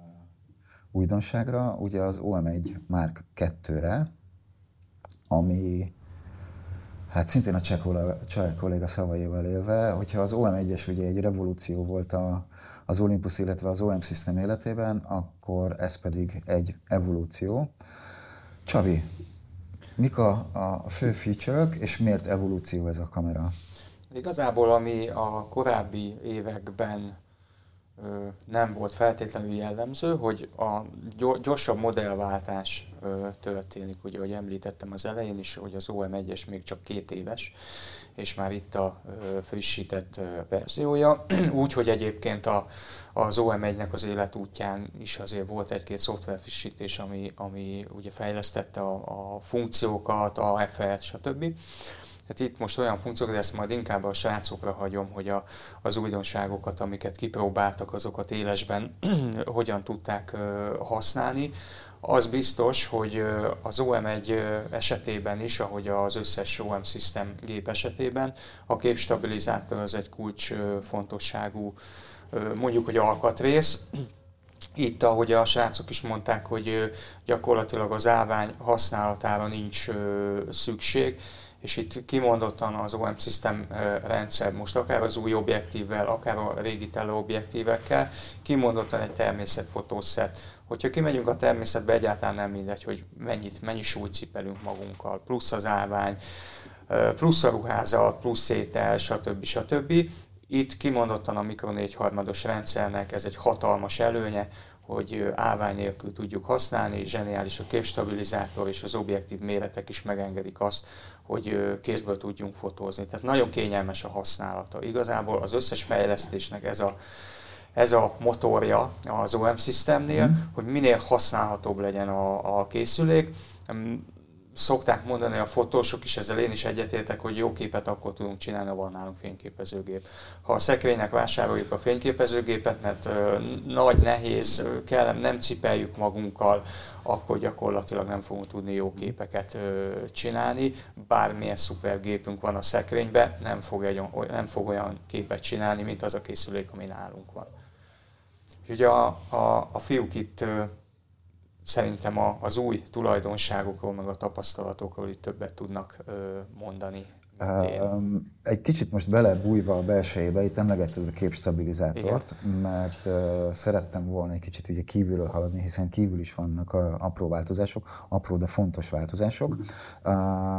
újdonságra, ugye az o em egy Mark kettőre, ami hát szintén a cseh kolléga szavaival élve, hogyha az o em egyes ugye egy revolúció volt a, az Olympus, illetve az o em System életében, akkor ez pedig egy evolúció. Csabi, mik a, a fő feature-ök, és miért evolúció ez a kamera? Igazából, ami a korábbi években ö, nem volt feltétlenül jellemző, hogy a gyorsabb modellváltás ö, történik, ugye, ahogy említettem az elején is, hogy az o em egyes még csak két éves, és már itt a ö, frissített ö, verziója. Úgy, hogy egyébként a, az o em egynek az életútján is azért volt egy-két szoftverfrissítés, ami, ami ugye fejlesztette a, a funkciókat, a ef et, stb. Tehát itt most olyan funkciók, de ezt majd inkább a srácokra hagyom, hogy a, az újdonságokat, amiket kipróbáltak, azokat élesben hogyan tudták használni. Az biztos, hogy az o em egy esetében is, ahogy az összes o em System gép esetében, a képstabilizátor az egy kulcsfontosságú, mondjuk, hogy alkatrész. Itt, ahogy a srácok is mondták, hogy gyakorlatilag az állvány használatára nincs szükség, és itt kimondottan az o em System rendszer, most akár az új objektívvel, akár a régi teleobjektívekkel, kimondottan egy természetfotószett. Hogyha kimegyünk a természetbe, egyáltalán nem mindegy, hogy mennyit, mennyi súlyt cipelünk magunkkal, plusz az állvány, plusz a ruházat, plusz étel, stb. stb. Itt kimondottan a Micro négy harmados rendszernek ez egy hatalmas előnye, hogy állvány nélkül tudjuk használni, zseniális a képstabilizátor, és az objektív méretek is megengedik azt, hogy kézből tudjunk fotózni. Tehát nagyon kényelmes a használata. Igazából az összes fejlesztésnek ez a, ez a motorja az o em Systemnél, mm. hogy minél használhatóbb legyen a, a készülék. Szokták mondani a fotósok is, ezzel én is egyetértek, hogy jó képet akkor tudunk csinálni, ha van nálunk fényképezőgép. Ha a szekrénynek vásároljuk a fényképezőgépet, mert ö, nagy, nehéz, kell, nem cipeljük magunkkal, akkor gyakorlatilag nem fogunk tudni jó képeket ö, csinálni. Bármilyen szuper gépünk van a szekrényben, nem fog, egy, nem fog olyan képet csinálni, mint az a készülék, ami nálunk van. Ugye a, a, a fiúk itt ö, szerintem az új tulajdonságokról, meg a tapasztalatokról itt többet tudnak mondani. Um, egy kicsit most belebújva a belsejébe, itt emlegetted a képstabilizátort, igen, mert uh, szerettem volna egy kicsit ugye kívülről haladni, hiszen kívül is vannak uh, apró változások, apró, de fontos változások. Uh,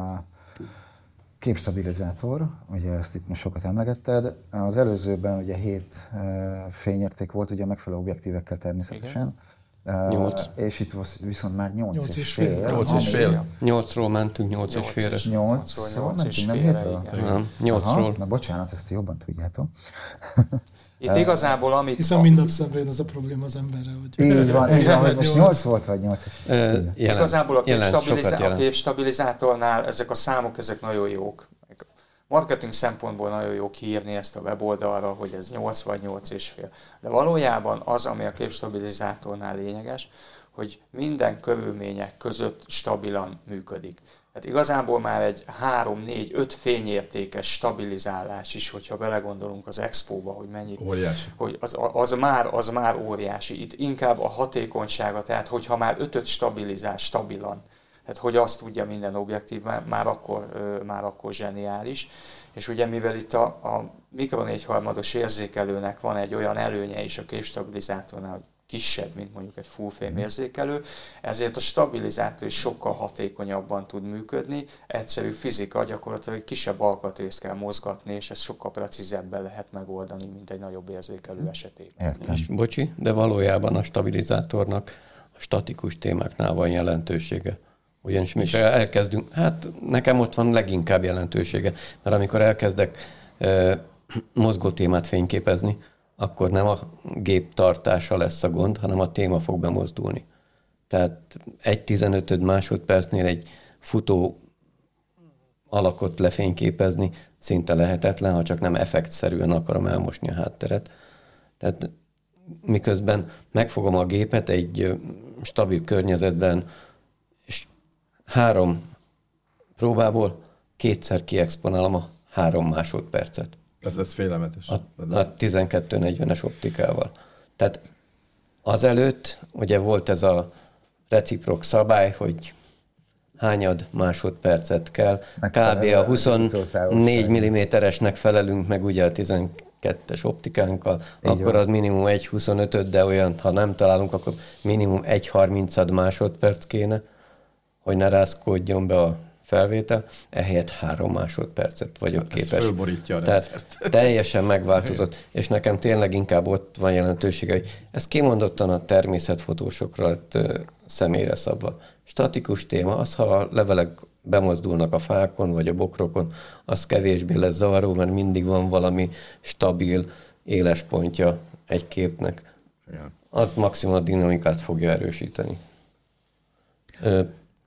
képstabilizátor, ugye ezt itt most sokat emlegetted. Az előzőben ugye hét uh, fényérték volt, ugye megfelelő objektívekkel természetesen. Igen. nyolc. Uh, és itt viszont már nyolc és fél. nyolc és fél. nyolcról mentünk nyolc és félre. nyolcról mentünk, nem hétről? Nem, nyolcról. Na bocsánat, ezt jobban tudjátok. Itt igazából, amit... Hiszen mind nap szemben jön az a probléma az emberre, hogy... Így van, így van, hogy most nyolc volt, vagy nyolc. Jelen, igazából a, képstabilizá- a képstabilizátornál ezek a számok, ezek nagyon jók. Marketing szempontból nagyon jó kiírni ezt a weboldalra, hogy ez nyolc vagy nyolc és fél. De valójában az, ami a képstabilizátornál lényeges, hogy minden körülmények között stabilan működik. Tehát igazából már egy három, négy, öt fényértékes stabilizálás is, hogyha belegondolunk az Expóba, hogy mennyit... Óriási. Hogy az, az, már, az már óriási. Itt inkább a hatékonysága, tehát hogyha már ötöt stabilizál stabilan, tehát hogy azt tudja minden objektív, már akkor, már akkor zseniális. És ugye mivel itt a, a Micro négy harmados érzékelőnek van egy olyan előnye is a képstabilizátornál, hogy kisebb, mint mondjuk egy full frame érzékelő, ezért a stabilizátor is sokkal hatékonyabban tud működni. Egyszerű fizika, gyakorlatilag egy kisebb alkatrészt kell mozgatni, és ezt sokkal precízebben lehet megoldani, mint egy nagyobb érzékelő esetében. Értem. És bocsi, de valójában a stabilizátornak a statikus témáknál van jelentősége. Ugyanis mi elkezdünk, hát nekem ott van leginkább jelentősége, mert amikor elkezdek e, mozgó témát fényképezni, akkor nem a gép tartása lesz a gond, hanem a téma fog bemozdulni. Tehát egy tizenötöd másodpercnél egy futó alakot lefényképezni szinte lehetetlen, ha csak nem effektszerűen akarom elmosni a hátteret. Tehát miközben megfogom a gépet egy stabil környezetben, és három próbából kétszer kiexponálom a három másodpercet. Ez, ez félelmetes. A, a tizenkettő negyvenes optikával. Tehát azelőtt ugye volt ez a reciprok szabály, hogy hányad másodpercet kell. Kb. A huszonnégy milliméteresnek felelünk meg ugye a tizenkettes optikánkkal, így akkor van. Az minimum egy huszonötöd, de olyan, ha nem találunk, akkor minimum egy harmincad másodperc kéne, hogy ne rázkódjon be a felvétel, ehelyett három másodpercet vagyok hát képes. Ez fölborítja a rendszert. Tehát teljesen megváltozott, és nekem tényleg inkább ott van jelentősége, hogy ez kimondottan a természetfotósokra lett személyre szabva. Statikus téma az, ha a levelek bemozdulnak a fákon, vagy a bokrokon, az kevésbé lesz zavaró, mert mindig van valami stabil, éles pontja egy képnek. Az maximum a dinamikát fogja erősíteni.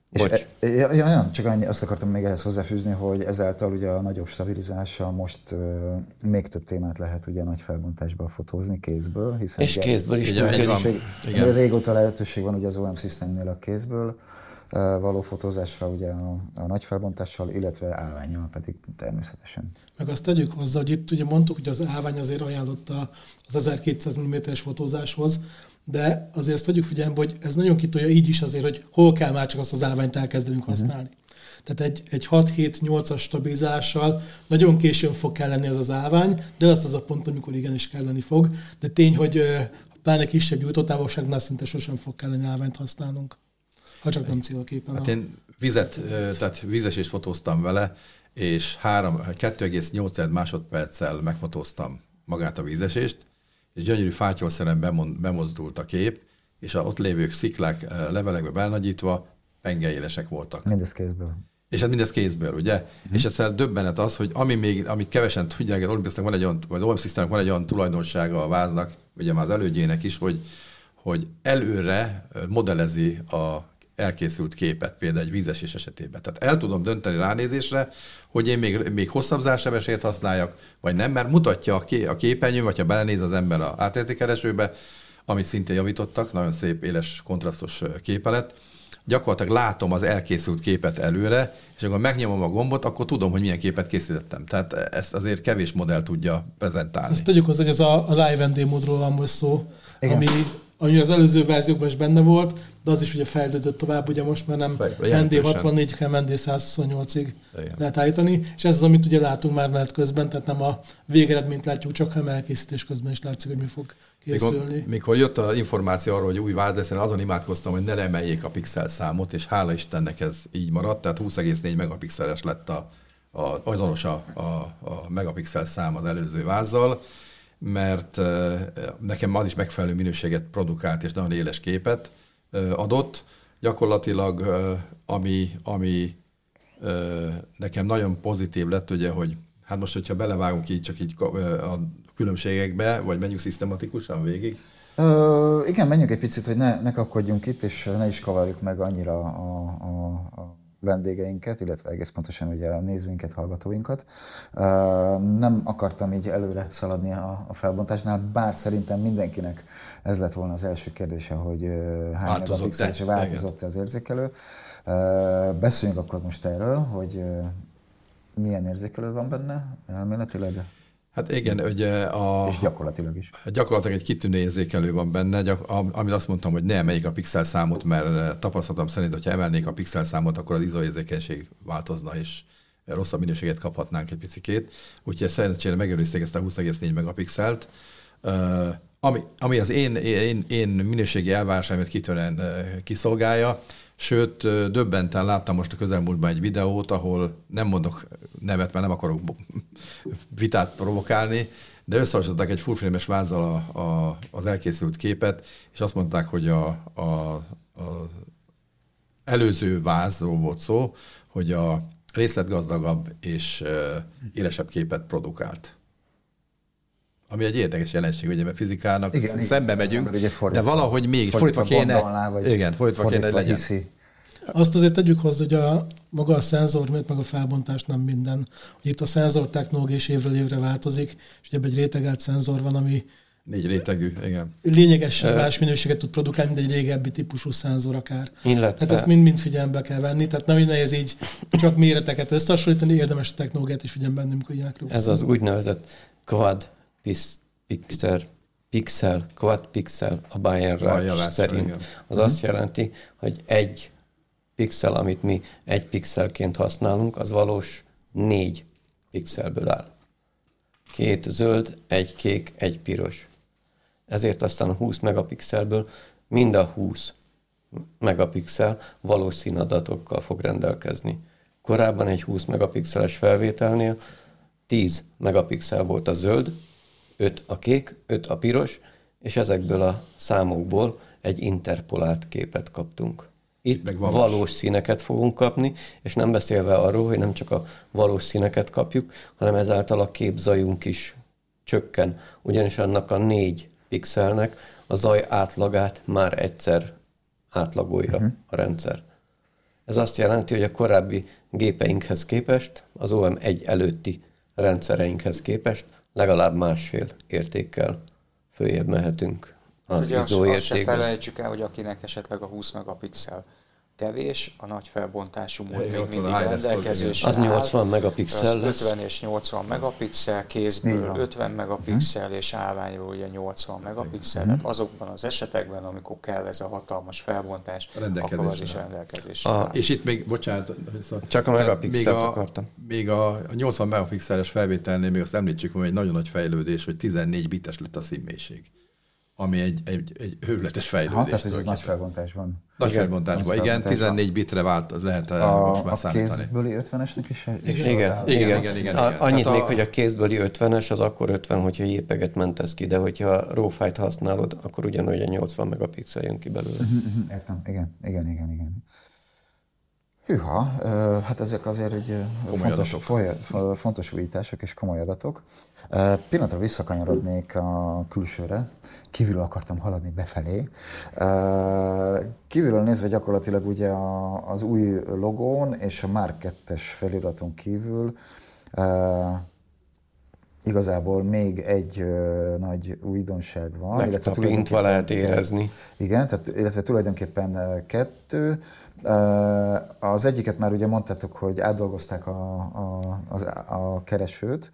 És e, ja, ja, csak annyi, azt akartam még ehhez hozzáfűzni, hogy ezáltal ugye a nagyobb stabilizálással most uh, még több témát lehet ugye nagy felbontásban fotózni kézből. Hiszen és ugye, kézből is. Ugye, lehetőség, régóta lehetőség van ugye az o em Systemnél a kézből uh, való fotózásra ugye a, a nagy felbontással, illetve állvánnyal pedig természetesen. Meg azt tegyük hozzá, hogy itt ugye mondtuk, hogy az állvány azért ajánlotta az ezerkétszáz milliméteres fotózáshoz, de azért ezt vegyük figyelembe, hogy ez nagyon kitolja így is azért, hogy hol kell már csak azt az állványt elkezdenünk használni. Uh-huh. Tehát egy, egy hat-hét-nyolcas stabilizálással nagyon későn fog kell lenni ez az állvány, de az az a pont, amikor igenis kelleni fog. De tény, hogy pláne kisebb gyújtótávolságnál szinte sosem fog kelleni állványt használnunk, ha csak nem célképpen. Hát én vizet, tehát vízesést fotóztam vele, és kettő egész nyolc másodperccel megfotóztam magát a vízesést, és gyönyörű fátyolszerűen bemozdult a kép, és a ott lévő sziklák levelekbe belnagyítva pengeélesek voltak. Mindez kézből. És hát mindez kézből, ugye? Mm. És ezzel döbbenet az, hogy ami még, amit kevesen tudják, az Olympusnak van egy olyan, vagy az o em Systemnek van egy olyan tulajdonsága a váznak, ugye már az elődjének is, hogy, hogy előre modellezi a elkészült képet, például egy vízesés esetében. Tehát el tudom dönteni ránézésre, hogy én még, még hosszabb zársebességet használjak, vagy nem, mert mutatja a, ké, a képernyőn, vagy ha belenéz az ember az átértékeresőbe, amit szintén javítottak, nagyon szép, éles, kontrasztos képe lett. Gyakorlatilag látom az elkészült képet előre, és amikor megnyomom a gombot, akkor tudom, hogy milyen képet készítettem. Tehát ezt azért kevés modell tudja prezentálni. Azt tegyük hozzá, hogy ez a, a Live en dé módról van most szó, ami, ami az előző verziókban is benne volt, de az is ugye fejlődött tovább, ugye most már nem en dé hatvannégy, hanem en dé százhuszonnyolcig lehet állítani, és ez az, amit ugye látunk már menet közben, tehát nem a végeredményt látjuk, csak hanem elkészítés közben is látszik, hogy mi fog készülni. Mikor, mikor jött az információ arról, hogy új váz lesz, azon imádkoztam, hogy ne emeljék a pixel számot, és hála Istennek ez így maradt, tehát húsz egész négy megapixeles lett a, a, azonos a, a, a megapixel szám az előző vázzal, mert nekem az is megfelelő minőséget produkált, és nagyon éles képet adott. Gyakorlatilag, ami, ami nekem nagyon pozitív lett, ugye, hogy hát most, hogyha belevágunk így, csak így a különbségekbe, vagy menjünk szisztematikusan végig? Ö, igen, menjünk egy picit, hogy ne, ne kapkodjunk itt, és ne is kavarjuk meg annyira a, a, a vendégeinket, illetve egész pontosan ugye a nézőinket, hallgatóinkat. Uh, nem akartam így előre szaladni a, a felbontásnál, bár szerintem mindenkinek ez lett volna az első kérdése, hogy uh, hány megapixel és változott-e az érzékelő. Uh, beszéljünk akkor most erről, hogy uh, milyen érzékelő van benne elméletileg? Hát igen, ugye a... És gyakorlatilag is. Gyakorlatilag egy kitűnő érzékelő van benne, gyak, amit azt mondtam, hogy ne emeljék a pixel számot, mert tapasztalatom szerint, hogyha emelnék a pixel számot, akkor az izoérzékenység változna, és rosszabb minőséget kaphatnánk egy picikét. Úgyhogy szerencsére megőrizték ezt a húsz egész négy megapixelt. Uh, ami, ami az én, én, én minőségi elvárásaimat kitűnően kiszolgálja, sőt, döbbenten láttam most a közelmúltban egy videót, ahol nem mondok nevet, mert nem akarok vitát provokálni, de összehasonlították egy fullframe-es vázzal a, a, az elkészült képet, és azt mondták, hogy a, a, a előző vázról volt szó, hogy a részletgazdagabb és élesebb képet produkált. Ami egy érdekes jelenség, ugye, mert fizikának igen, szembe igen, megyünk, de fordítva, valahogy mégis fordítva, fordítva kéne, alá, igen, fordítva, fordítva kéne legyen. Hiszi. Azt azért tegyük hozzá, hogy a, maga a szenzor, meg a felbontás nem minden. Hogy itt a szenzor technológia is évről évre változik, és ugye egy rétegelt szenzor van, ami négy rétegű, igen. Lényegesen más minőséget tud produkálni, mint egy régebbi típusú szenzor akár. Illetve... Tehát ezt mind-mind figyelembe kell venni, tehát nem nehéz így csak méreteket összehasonlítani, érdemes a technológiát is figyelembe venni, amikor ilyenekről. Ez az úgynevezett quad pixel, pixel, quad pixel a Bayer szerint. Igen. Az mm-hmm. azt jelenti, hogy egy pixel, amit mi egy pixelként használunk, az valós négy pixelből áll. Két zöld, egy kék, egy piros. Ezért aztán a húsz megapixelből mind a húsz megapixel valós színadatokkal fog rendelkezni. Korábban egy húsz megapixeles felvételnél tíz megapixel volt a zöld, öt a kék, öt a piros, és ezekből a számokból egy interpolált képet kaptunk. Itt valós. valós színeket fogunk kapni, és nem beszélve arról, hogy nem csak a valós színeket kapjuk, hanem ezáltal a képzajunk is csökken, ugyanis annak a négy pixelnek a zaj átlagát már egyszer átlagolja uh-huh. a rendszer. Ez azt jelenti, hogy a korábbi gépeinkhez képest, az O M egy előtti rendszereinkhez képest legalább másfél értékkel följebb mehetünk az ugye i es o azt, azt se értékben. felejtsük el, hogy akinek esetleg a húsz megapixel kevés, a nagy felbontású mód még mindig rendelkezésre az nyolcvan megapixel lesz. ötven és nyolcvan megapixel, kézből ötven megapixel, uh-huh. és állványról ugye nyolcvan megapixel. Uh-huh. Tehát azokban az esetekben, amikor kell ez a hatalmas felbontás, akkor az is rendelkezésre áll. És itt még, bocsánat, csak a megapixelt akartam. Még a nyolcvan megapixeles felvételnél még azt említsük, hogy egy nagyon nagy fejlődés, hogy tizennégy bites lett a színmélység, ami egy, egy, egy őrületes fejlődés. Ha, tehát, hogy ez nagy felbontásban. Nagy igen, felbontásban, igen, igen, tizennégy bitre vált, lehet a, most már a számítani. A kézbőli ötvenesnek is? Igen, igen, igen, igen, igen, igen. A, annyit a... még, hogy a kézbőli ötvenes az akkor ötven, hogyha jépeget mentesz ki, de hogyha RAW-fájt használod, akkor ugyanúgy a nyolcvan megapixel jön ki belőle. Értem, igen, igen, igen, igen. Hűha, hát ezek azért egy fontos, foly, fontos újítások és komoly adatok. Pillanatra visszakanyarodnék a külsőre, kívülről akartam haladni befelé. Kívülről nézve gyakorlatilag ugye az új logón és a Mark kettes feliraton kívül igazából még egy ö, nagy újdonság van. Megtapintva lehet érezni. Igen, tehát, illetve tulajdonképpen kettő. Az egyiket már ugye mondtátok, hogy átdolgozták a, a, a, a keresőt.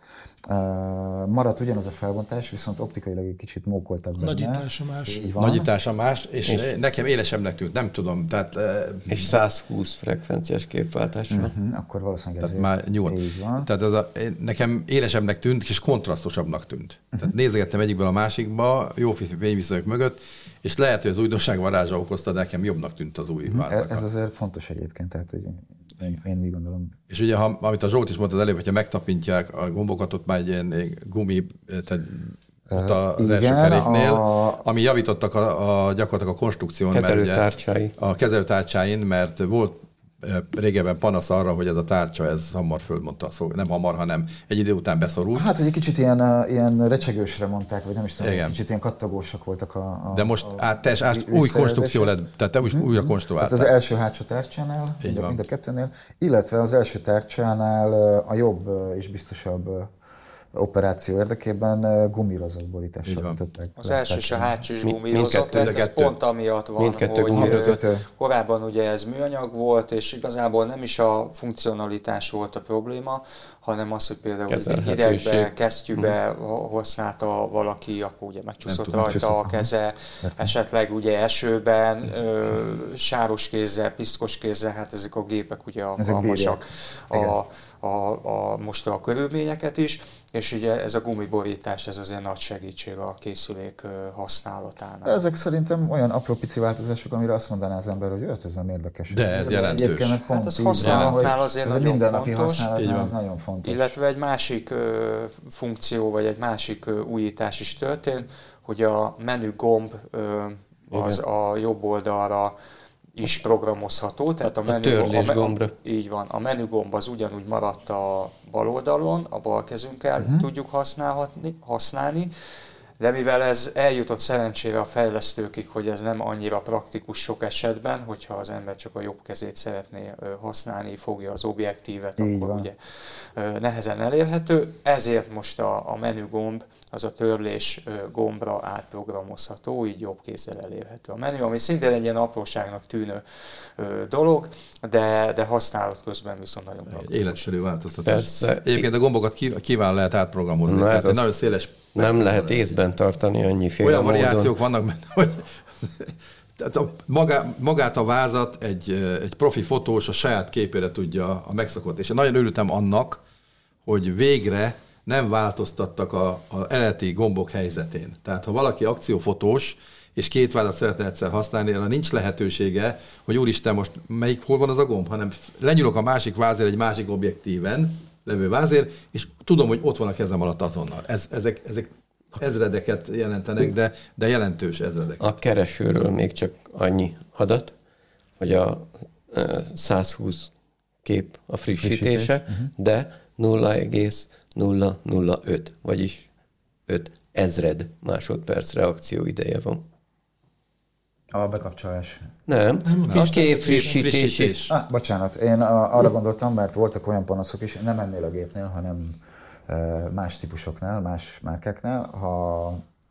Maradt ugyanaz a felbontás, viszont optikailag egy kicsit mókoltak benne. Nagyítása más. Nagyítása más, és, és nekem élesebbnek tűnt, nem tudom. Tehát, és százhúsz frekvenciás képváltással. Uh-huh, akkor valószínűleg ezért már így van. Tehát az a, nekem élesebbnek tűnt, és kontrasztosabbnak tűnt. Uh-huh. Tehát nézegettem egyikből a másikba, jó fényviszonyok mögött, és lehet, hogy az újdonság varázsa okozta, de nekem jobbnak tűnt az új uh-huh. változat. Ez azért fontos egyébként, tehát hogy én úgy gondolom. És ugye, ha, amit a Zsolt is mondta az előbb, hogyha megtapintják a gombokat, ott már egy ilyen gumi, tehát ott az uh, első keréknél, a... ami javítottak a, a, gyakorlatilag a konstrukción. Kezelőtárcsái. A kezelőtárcsáin, mert volt régebben panasz arra, hogy ez a tárcsa, ez hamar fölmondta, szóval nem hamar, hanem egy idő után beszorult. Hát, hogy egy kicsit ilyen, ilyen recsegősre mondták, vagy nem is tudom, igen. Kicsit ilyen kattogósak voltak a... a De most át, teljes, át, új konstrukció lett, tehát te úgy uh-huh. újra konstruálták. Hát az első hátsó tárcsánál, mind a, mind a kettőnél, illetve az első tárcsánál a jobb és biztosabb operáció érdekében gumírozott borítással többek. Az első és a hátsó is gumírozott, tehát ez pont amiatt van, hogy korábban ugye ez műanyag volt, és igazából nem is a funkcionalitás volt a probléma, hanem az, hogy például hidegbe, kesztyűbe hmm. használta valaki, akkor ugye megcsúszott rajta megcsúszott. a keze, Persze. esetleg ugye esőben, ö, sáros kézzel, piszkos kézzel, hát ezek a gépek ugye alkalmasak a, a, a, most a körülményeket is, és ugye ez a gumiborítás, ez azért nagy segítség a készülék használatánál. Ezek szerintem olyan apró pici változások, amire azt mondaná az ember, hogy öt, ez nem érdekes. De ez jelentős. Hát az használatnál azért nagyon mindennapi fontos. használatnál az nagyon fontos. Illetve egy másik ö, funkció, vagy egy másik ö, újítás is történt, hogy a menü gomb ö, az Igen. a jobb oldalra is programozható, tehát a, a menü törlés gombra. Így van, a menü gomb az ugyanúgy maradt a bal oldalon, a bal kezünkkel uh-huh. tudjuk használhatni, használni, de mivel ez eljutott szerencsére a fejlesztőkig, hogy ez nem annyira praktikus sok esetben, hogyha az ember csak a jobb kezét szeretné használni, fogja az objektívet, így akkor van. Ugye nehezen elérhető, ezért most a, a menü gomb az a törlés gombra átprogramozható, így jobb kézzel elérhető a menü, ami szintén egy ilyen apróságnak tűnő dolog, de, de használat közben viszont nagyon praktikus. Életszerű változtatás. Persze. Egyébként a gombokat kíván lehet átprogramozni. Na, tehát nagyon széles... Nem lehet észben tartani annyiféle Olyan módon. variációk vannak benne, hogy tehát a, magá, magát a vázat egy, egy profi fotós a saját képére tudja a megszokott. És nagyon örültem annak, hogy végre nem változtattak a, a eredeti gombok helyzetén. Tehát ha valaki akciófotós, és két vázat szeretne egyszer használni, arra nincs lehetősége, hogy úristen, most melyik, hol van az a gomb, hanem lenyúlok a másik vázért egy másik objektíven levő vázért, és tudom, hogy ott van a kezem alatt azonnal. Ez, ezek, ezek ezredeket jelentenek, de, de jelentős ezredeket. A keresőről még csak annyi adat, hogy a százhúsz kép a frissítése, Frissítés. de nulla egész nulla nulla öt, vagyis öt ezred másodperc reakció ideje van. A bekapcsolás. Nem, Nem, a a kis képfrissítés is. frissítés. Ah, bocsánat, én a, arra gondoltam, mert voltak olyan panaszok is, nem ennél a gépnél, hanem uh, más típusoknál, más márkáknál, ha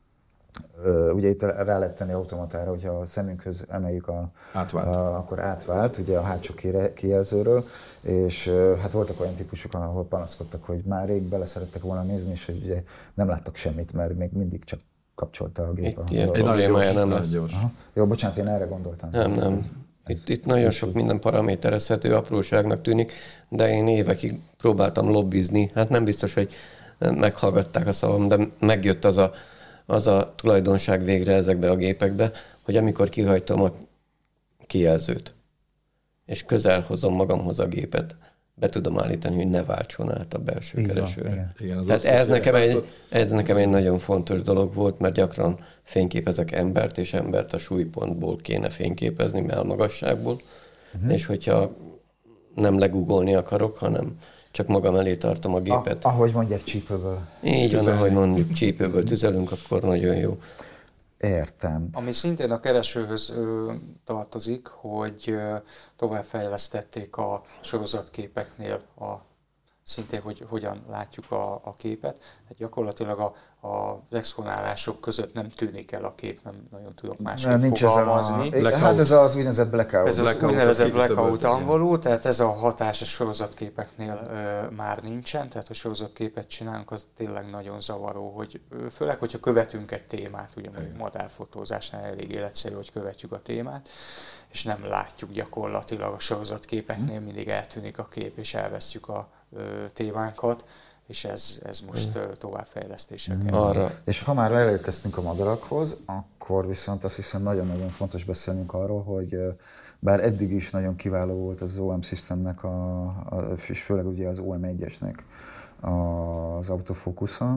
uh, ugye itt rá lehet tenni automatára, hogyha a szemünkhöz emeljük, a, Átvált. a, akkor átvált, ugye a hátsó kijelzőről, és uh, hát voltak olyan típusok, ahol panaszkodtak, hogy már rég bele szerettek volna nézni, és hogy ugye nem láttak semmit, mert még mindig csak kapcsolta a gép. Itt a ilyen dolgot. Egy nagyon problémája gyors, nem nagyon lesz. gyors. Aha. Jó, bocsánat, én erre gondoltam. Nem, nem. Ez, Itt, itt ez nagyon friss, sok hogy- minden paraméterezhető apróságnak tűnik, de én évekig próbáltam lobbizni. Hát nem biztos, hogy meghallgatták a szavam, de megjött az a, az a tulajdonság végre ezekbe a gépekbe, hogy amikor kihajtom a kijelzőt, és közel hozom magamhoz a gépet, be tudom állítani, hogy ne váltson át a belső Így van, keresőre. igen. Igen, az Tehát azt ez mondja, nekem, látod? egy, ez nekem egy nagyon fontos dolog volt, mert gyakran fényképezek embert, és embert a súlypontból kéne fényképezni, elmagasságból, uh-huh. és hogyha nem legugolni akarok, hanem csak magam elé tartom a gépet. Ah, ahogy mondják, csípőből. Így van, ahogy mondjuk csípőből tüzelünk, akkor nagyon jó. Értem. Ami szintén a keresőhöz ö, tartozik, hogy ö, továbbfejlesztették a sorozatképeknél a, szintén, hogy hogyan látjuk a, a képet. Tehát gyakorlatilag a, a, az exponálások között nem tűnik el a kép, nem nagyon tudok másképp Nincs ez a, fogalmazni. Blackout. hát ez az úgynevezett blackout. Ez az blackout, úgynevezett aki blackout kiszöbölt, angolul, tehát ez a hatás a sorozatképeknél ö, már nincsen, tehát ha sorozatképet csinálunk, az tényleg nagyon zavaró, hogy ö, főleg, hogyha követünk egy témát, ugye mondjuk madárfotózásnál elég életszerű, hogy követjük a témát, és nem látjuk gyakorlatilag a sorozatképeknél, mindig eltűnik a kép, és elvesztjük a ö, témánkat, és ez, ez most ö, továbbfejlesztésre kell. Arra, És ha már elérkeztünk a madarakhoz, akkor viszont azt hiszem nagyon-nagyon fontos beszélnünk arról, hogy ö, bár eddig is nagyon kiváló volt az o em Systemnek, a, a, és főleg ugye az o em egyesnek az autofókusza,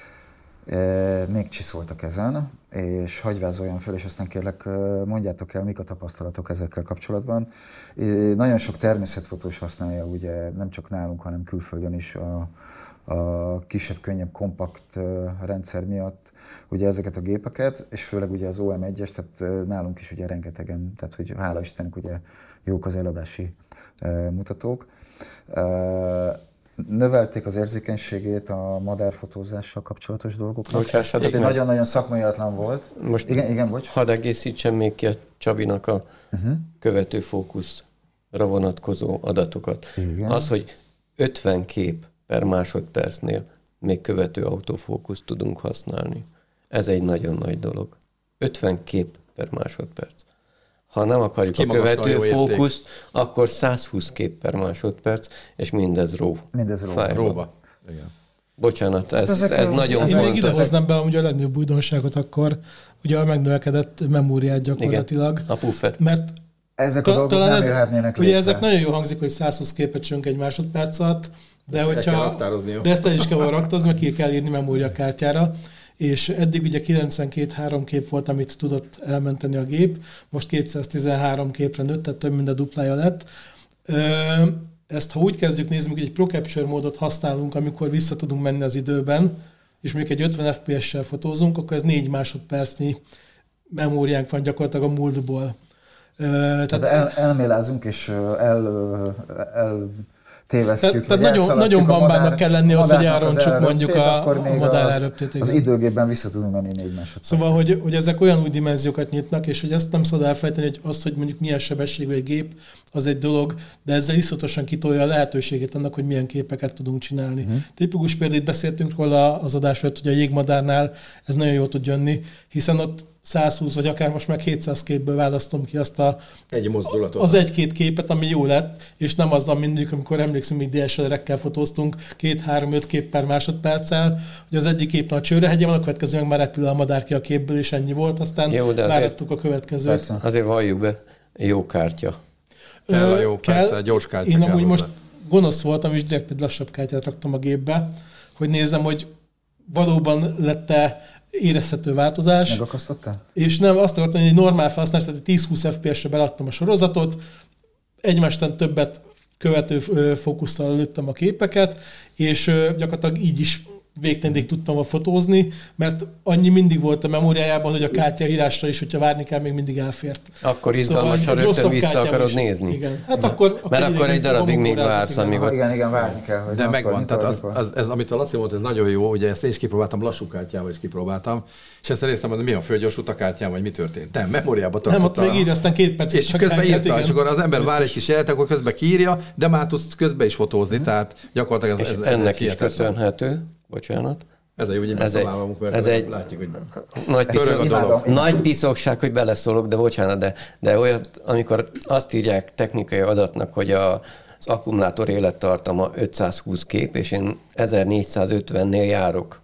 e, még csiszoltak ezen, és hagyj vázoljam föl, és aztán kérlek mondjátok el, mik a tapasztalatok ezekkel kapcsolatban. E, nagyon sok természetfotós használja, ugye nem csak nálunk, hanem külföldön is a, a kisebb, könnyebb, kompakt rendszer miatt ugye ezeket a gépeket, és főleg ugye az o em egyes, tehát nálunk is ugye rengetegen, tehát hogy hála Istennek ugye jók az eladási mutatók. Növelték az érzékenységét a madárfotózással kapcsolatos dolgoknak. Bocsássatok Ez egy meg. nagyon-nagyon szakmaiatlan volt. Most Igen, igen, bocs. hadd egészítsem még ki a Csabinak a uh-huh. követő fókuszra vonatkozó adatokat. Igen. Az, hogy ötven kép per másodpercnél még követő autofókuszt tudunk használni. Ez egy nagyon nagy dolog. ötven kép per másodperc. Ha nem akarjuk a követő fókuszt, akkor száz húsz kép per másodperc, és mindez RAW. Mindez RAW. fájlban. Róba. Igen. Bocsánat, ez, ezek ez a- nagyon ez Én még fontos. ide hoznám be amúgy a legnagyobb újdonságot akkor, ugye a megnövekedett memóriát gyakorlatilag. A puffer. Mert Ezek a ta- dolgok nem élhetnének ugye létre. ezek nagyon jó hangzik, hogy száz húsz képet csönk egy másodperc alatt, de El kell hogyha, raktározni, jó? de ezt el is kell raktározni, mert ki kell írni memóriakártyára, és eddig ugye kilencvenkét három kép volt, amit tudott elmenteni a gép, most kétszáztizenhárom képre nőtt, tehát több mint a duplája lett. Ö, Ezt ha úgy kezdjük nézni, hogy egy Pro Capture módot használunk, amikor vissza tudunk menni az időben, és mondjuk egy ötven ef pé es-sel fotózunk, akkor ez négy másodpercnyi memóriánk van gyakorlatilag a múltból. Ö, Tehát Tehát, el, elmélázunk és ö, el, ö, el tévesztjük, Tehát- tehát nagyon- nagyon bambának kell lenni ahhoz, hogy elrontsuk mondjuk a- a madár elröptét, Az, az igen. időgépben vissza tudunk menni négy másodperc. Szóval, hogy, hogy ezek olyan új dimenziókat nyitnak, és hogy ezt nem szabad elfelejteni, hogy azt, hogy mondjuk milyen sebességű egy gép, az egy dolog, de ezzel iszonyatosan kitolja a lehetőségét annak, hogy milyen képeket tudunk csinálni. Uh-huh. Tipikus példát beszéltünk róla az adás előtt, hogy a jégmadárnál ez nagyon jól tud jönni, hiszen ott száz húsz vagy akár most meg kétszáz képből választom ki azt a, Egy mozdulatot. az egy-két képet, ami jó lett, és nem azzal mindig, amikor emlékszem, hogy dé es el er-ekkel fotóztunk két-három-öt kép per másodperccel, hogy az egyik kép a csőrehegye van, a következő meg már repül a madár ki a képből, és ennyi volt, aztán Jó, de azért- várattuk a következőt. Persze. Azért valljuk be, jó kártya. Kell a Ö, jó, persze, egy gyors kártya Én kell amúgy hozzá. most gonosz voltam, és direkt egy lassabb kártyát raktam a gépbe, hogy nézzem, hogy valóban lett-e érezhető változás. Megakasztottál? És nem, azt akartam, hogy egy normál felhasználás, tehát tíz-húsz ef pé es-re beadtam a sorozatot, egymástán többet követő ö, fókusszal lőttem a képeket, és ö, gyakorlatilag így is végtelendig tudtam fotózni, mert annyi mindig volt a memóriájában, hogy a kártyaírásra is, hogyha várni kell, még mindig elfért. Akkor izgalmas, szóval, ha rögtön vissza akarod is nézni. Igen. Hát akkor, akkor mert akkor egy darabig még vársz, amíg ott... Igen, igen, várni kell. Hogy de megvan, tehát az, az, ez, amit a Laci mondta, ez nagyon jó, ugye ezt én is kipróbáltam, lassú kártyával is kipróbáltam, és ezt néztem, hogy mi a fölgyorsult a kártyám, vagy mi történt. Nem, memóriába tartotta. Nem, ott még írja, aztán két percet. És közben írta, és akkor az ember vár egy kis jelet, akkor közben kiírja, de már tudsz közben is fotózni, tehát gyakorlatilag ez, és ez, ennek is köszönhető, bocsánat. Ez a jó, hogy ez egy, mert ez egy látjuk, hogy nagy, piszok, dolog. nagy piszokság, hogy beleszólok, de bocsánat, de, de olyat, amikor azt írják technikai adatnak, hogy a, az akkumulátor élettartama ötszázhúsz kép, és én ezernégyszázötvennél járok.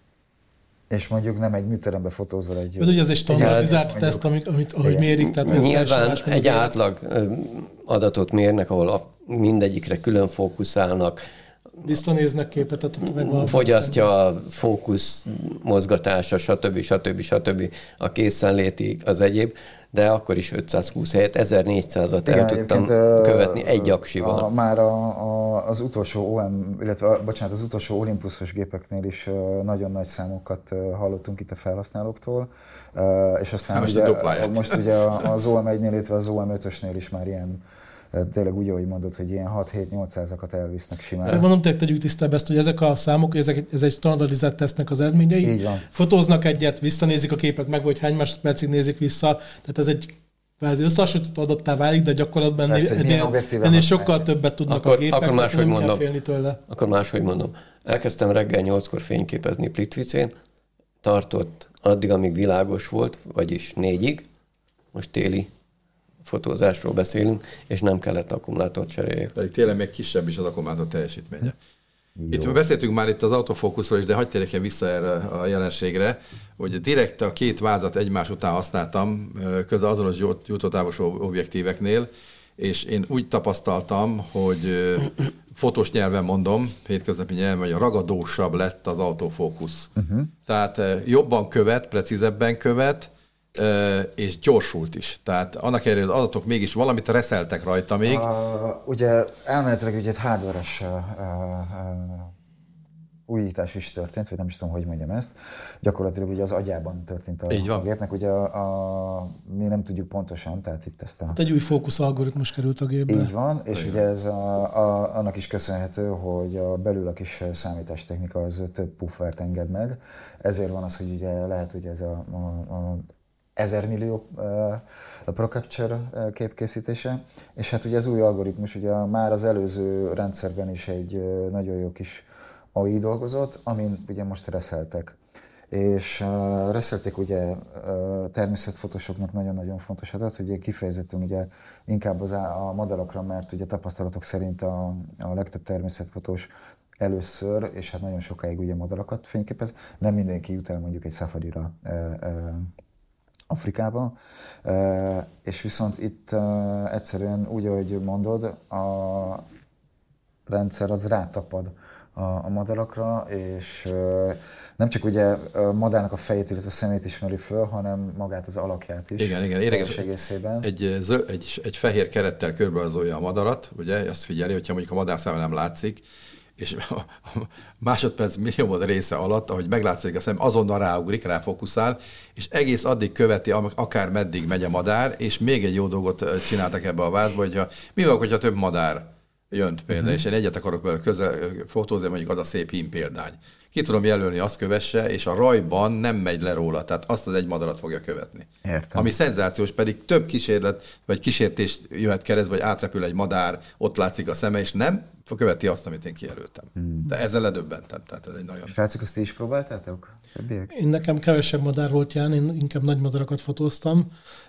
És mondjuk nem egy műterembe fotózol egy... De ugye ez egy standardizált teszt, amit, amit ahogy mérik. Tehát nyilván egy átlag adatot mérnek, ahol a, mindegyikre külön fókuszálnak, visszanéznek képet, tehát meg fogyasztja a fókusz mozgatása, stb. stb. stb. A készenlétig, az egyéb, de akkor is ötszázhúsz helyett ezernégyszázat el tudtam követni egy aksival. A, már a, a, az utolsó o em, illetve bocsánat, az utolsó Olympusos gépeknél is nagyon nagy számokat hallottunk itt a felhasználóktól, és aztán most, ugye, most ugye az o em egynél, illetve az o em ötösnél is már ilyen tényleg úgy, ahogy mondod, hogy ilyen hat-hét-nyolcszázakat elvisznek simán. Mondom, tényleg tegyük tisztába ezt, hogy ezek a számok, ezek, ez egy standardizált tesztnek az eredményei. Fotóznak egyet, visszanézik a képet, meg vagy hány másodpercig nézik vissza. Tehát ez egy kvázi összehasonlítható adattá válik, de gyakorlatban ennél, ennél sokkal többet tudnak akkor, a gépek, akkor máshogy nem mondom, kell félni tőle. Akkor máshogy mondom. Elkezdtem reggel nyolckor fényképezni Plitvicén, tartott addig, amíg világos volt, vagyis négyig, most téli fotózásról beszélünk, és nem kellett akkumulátort cseréljek. Pedig tényleg még kisebb is az akkumulátor teljesítménye. Jó. Itt beszéltünk már itt az autofókuszról is, de hagyj térjek vissza erre a jelenségre, hogy direkt a két vázat egymás után használtam közel azonos gyújtótávos objektíveknél, és én úgy tapasztaltam, hogy fotós nyelven mondom, hétköznapi nyelven, hogy ragadósabb lett az autofókusz. Uh-huh. Tehát jobban követ, precízebben követ, és gyorsult is. Tehát annak ellenére, hogy az adatok mégis valamit reszeltek rajta még. Uh, ugye elméletileg ugye egy hardware-es uh, uh, újítás is történt, vagy nem is tudom, hogy mondjam ezt. Gyakorlatilag ugye az agyában történt a, a gépnek. Ugye a, a, mi nem tudjuk pontosan, tehát itt ezt a... Hát egy új fókusz algoritmus került a gépbe. Így van, és Igen. ugye ez a, a, annak is köszönhető, hogy a belül a kis számítástechnika az több puffert enged meg. Ezért van az, hogy ugye lehet, hogy ez a, a, a ezer millió uh, ProCapture uh, képkészítése, és hát ugye az új algoritmus ugye már az előző rendszerben is egy uh, nagyon jó kis á i dolgozott, amin ugye most reszeltek. És uh, reszelték ugye uh, természetfotósoknak nagyon-nagyon fontos adat, hogy kifejezetten ugye inkább az a madarakra, mert ugye tapasztalatok szerint a, a legtöbb természetfotós először, és hát nagyon sokáig ugye madarakat fényképez, nem mindenki jut el mondjuk egy szafarira uh, uh, Afrikába, és viszont itt egyszerűen úgy, ahogy mondod, a rendszer az rátapad a, a madarakra, és nem csak ugye a madárnak a fejét, illetve a szemét ismeri föl, hanem magát az alakját is. Igen, igen, érdekes. Egészében. Egy, egy, egy fehér kerettel körbeazolja a madarat, ugye, azt figyeli, hogyha mondjuk a madár száma nem látszik, és a másodperc milliómod része alatt, ahogy meglátszik a szem, azonnal ráugrik, ráfókuszál, és egész addig követi, akár meddig megy a madár, és még egy jó dolgot csináltak ebbe a vázba, hogyha mi van, hogyha több madár jönt például, uh-huh. és én egyet akarok vele közel fotózni, mondjuk az a szép hím példány. Ki tudom jelölni, azt kövesse, és a rajban nem megy le róla, tehát azt az egy madarat fogja követni. Értem. Ami szenzációs, pedig több kísérlet, vagy kísértés jöhet keresztbe, vagy átrepül egy madár, ott látszik a szeme, és nem követi azt, amit én kijelöltem. Hmm. De ezzel ledöbbentem, tehát ez egy nagyon... Srácok, azt ti is próbáltátok? Én nekem kevesebb madár volt ján, én inkább nagy madarakat fotóztam.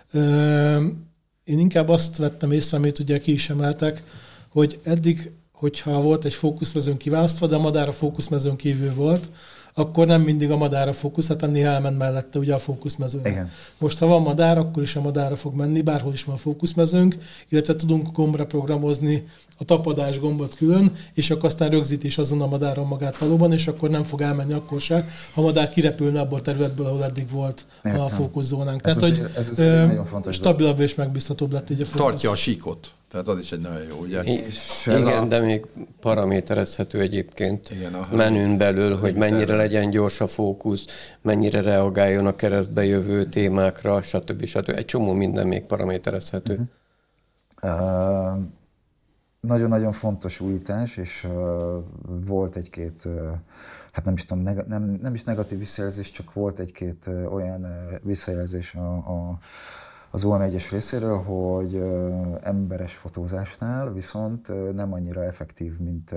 Én inkább azt vettem észre, amit ugye ki is emeltek, hogy eddig, hogyha volt egy fókuszmezőn kiválasztva, de a madár a fókuszmezőn kívül volt, akkor nem mindig a madárra fókusz, hát néha elment mellette ugye a fókuszmezőre. Igen. Most, ha van madár, akkor is a madárra fog menni, bárhol is van fókuszmezőnk, illetve tudunk gombra programozni a tapadás gombot külön, és akkor aztán rögzít is azon a madáron magát valóban, és akkor nem fog elmenni akkor se, ha a madár kirepülne abból a területből, ahol eddig volt Értem. a fókuszzónánk. Tehát, ez hogy ez az, ez stabilabb és megbízhatóbb lett így a fókusz. Tartja a síkot. Tehát az is egy nagyon jó, ugye? I- igen, a... de még paraméterezhető egyébként igen, menün belül, hogy mennyire terve. legyen gyors a fókusz, mennyire reagáljon a keresztbe jövő témákra, stb. stb. Egy csomó minden még paraméterezhető. Uh-huh. Uh, nagyon-nagyon fontos újítás, és uh, volt egy-két, uh, hát nem is tudom, neg- nem, nem is negatív visszajelzés, csak volt egy-két uh, olyan uh, visszajelzés a, a az o em egyes részéről, hogy uh, emberes fotózásnál viszont uh, nem annyira effektív, mint, uh,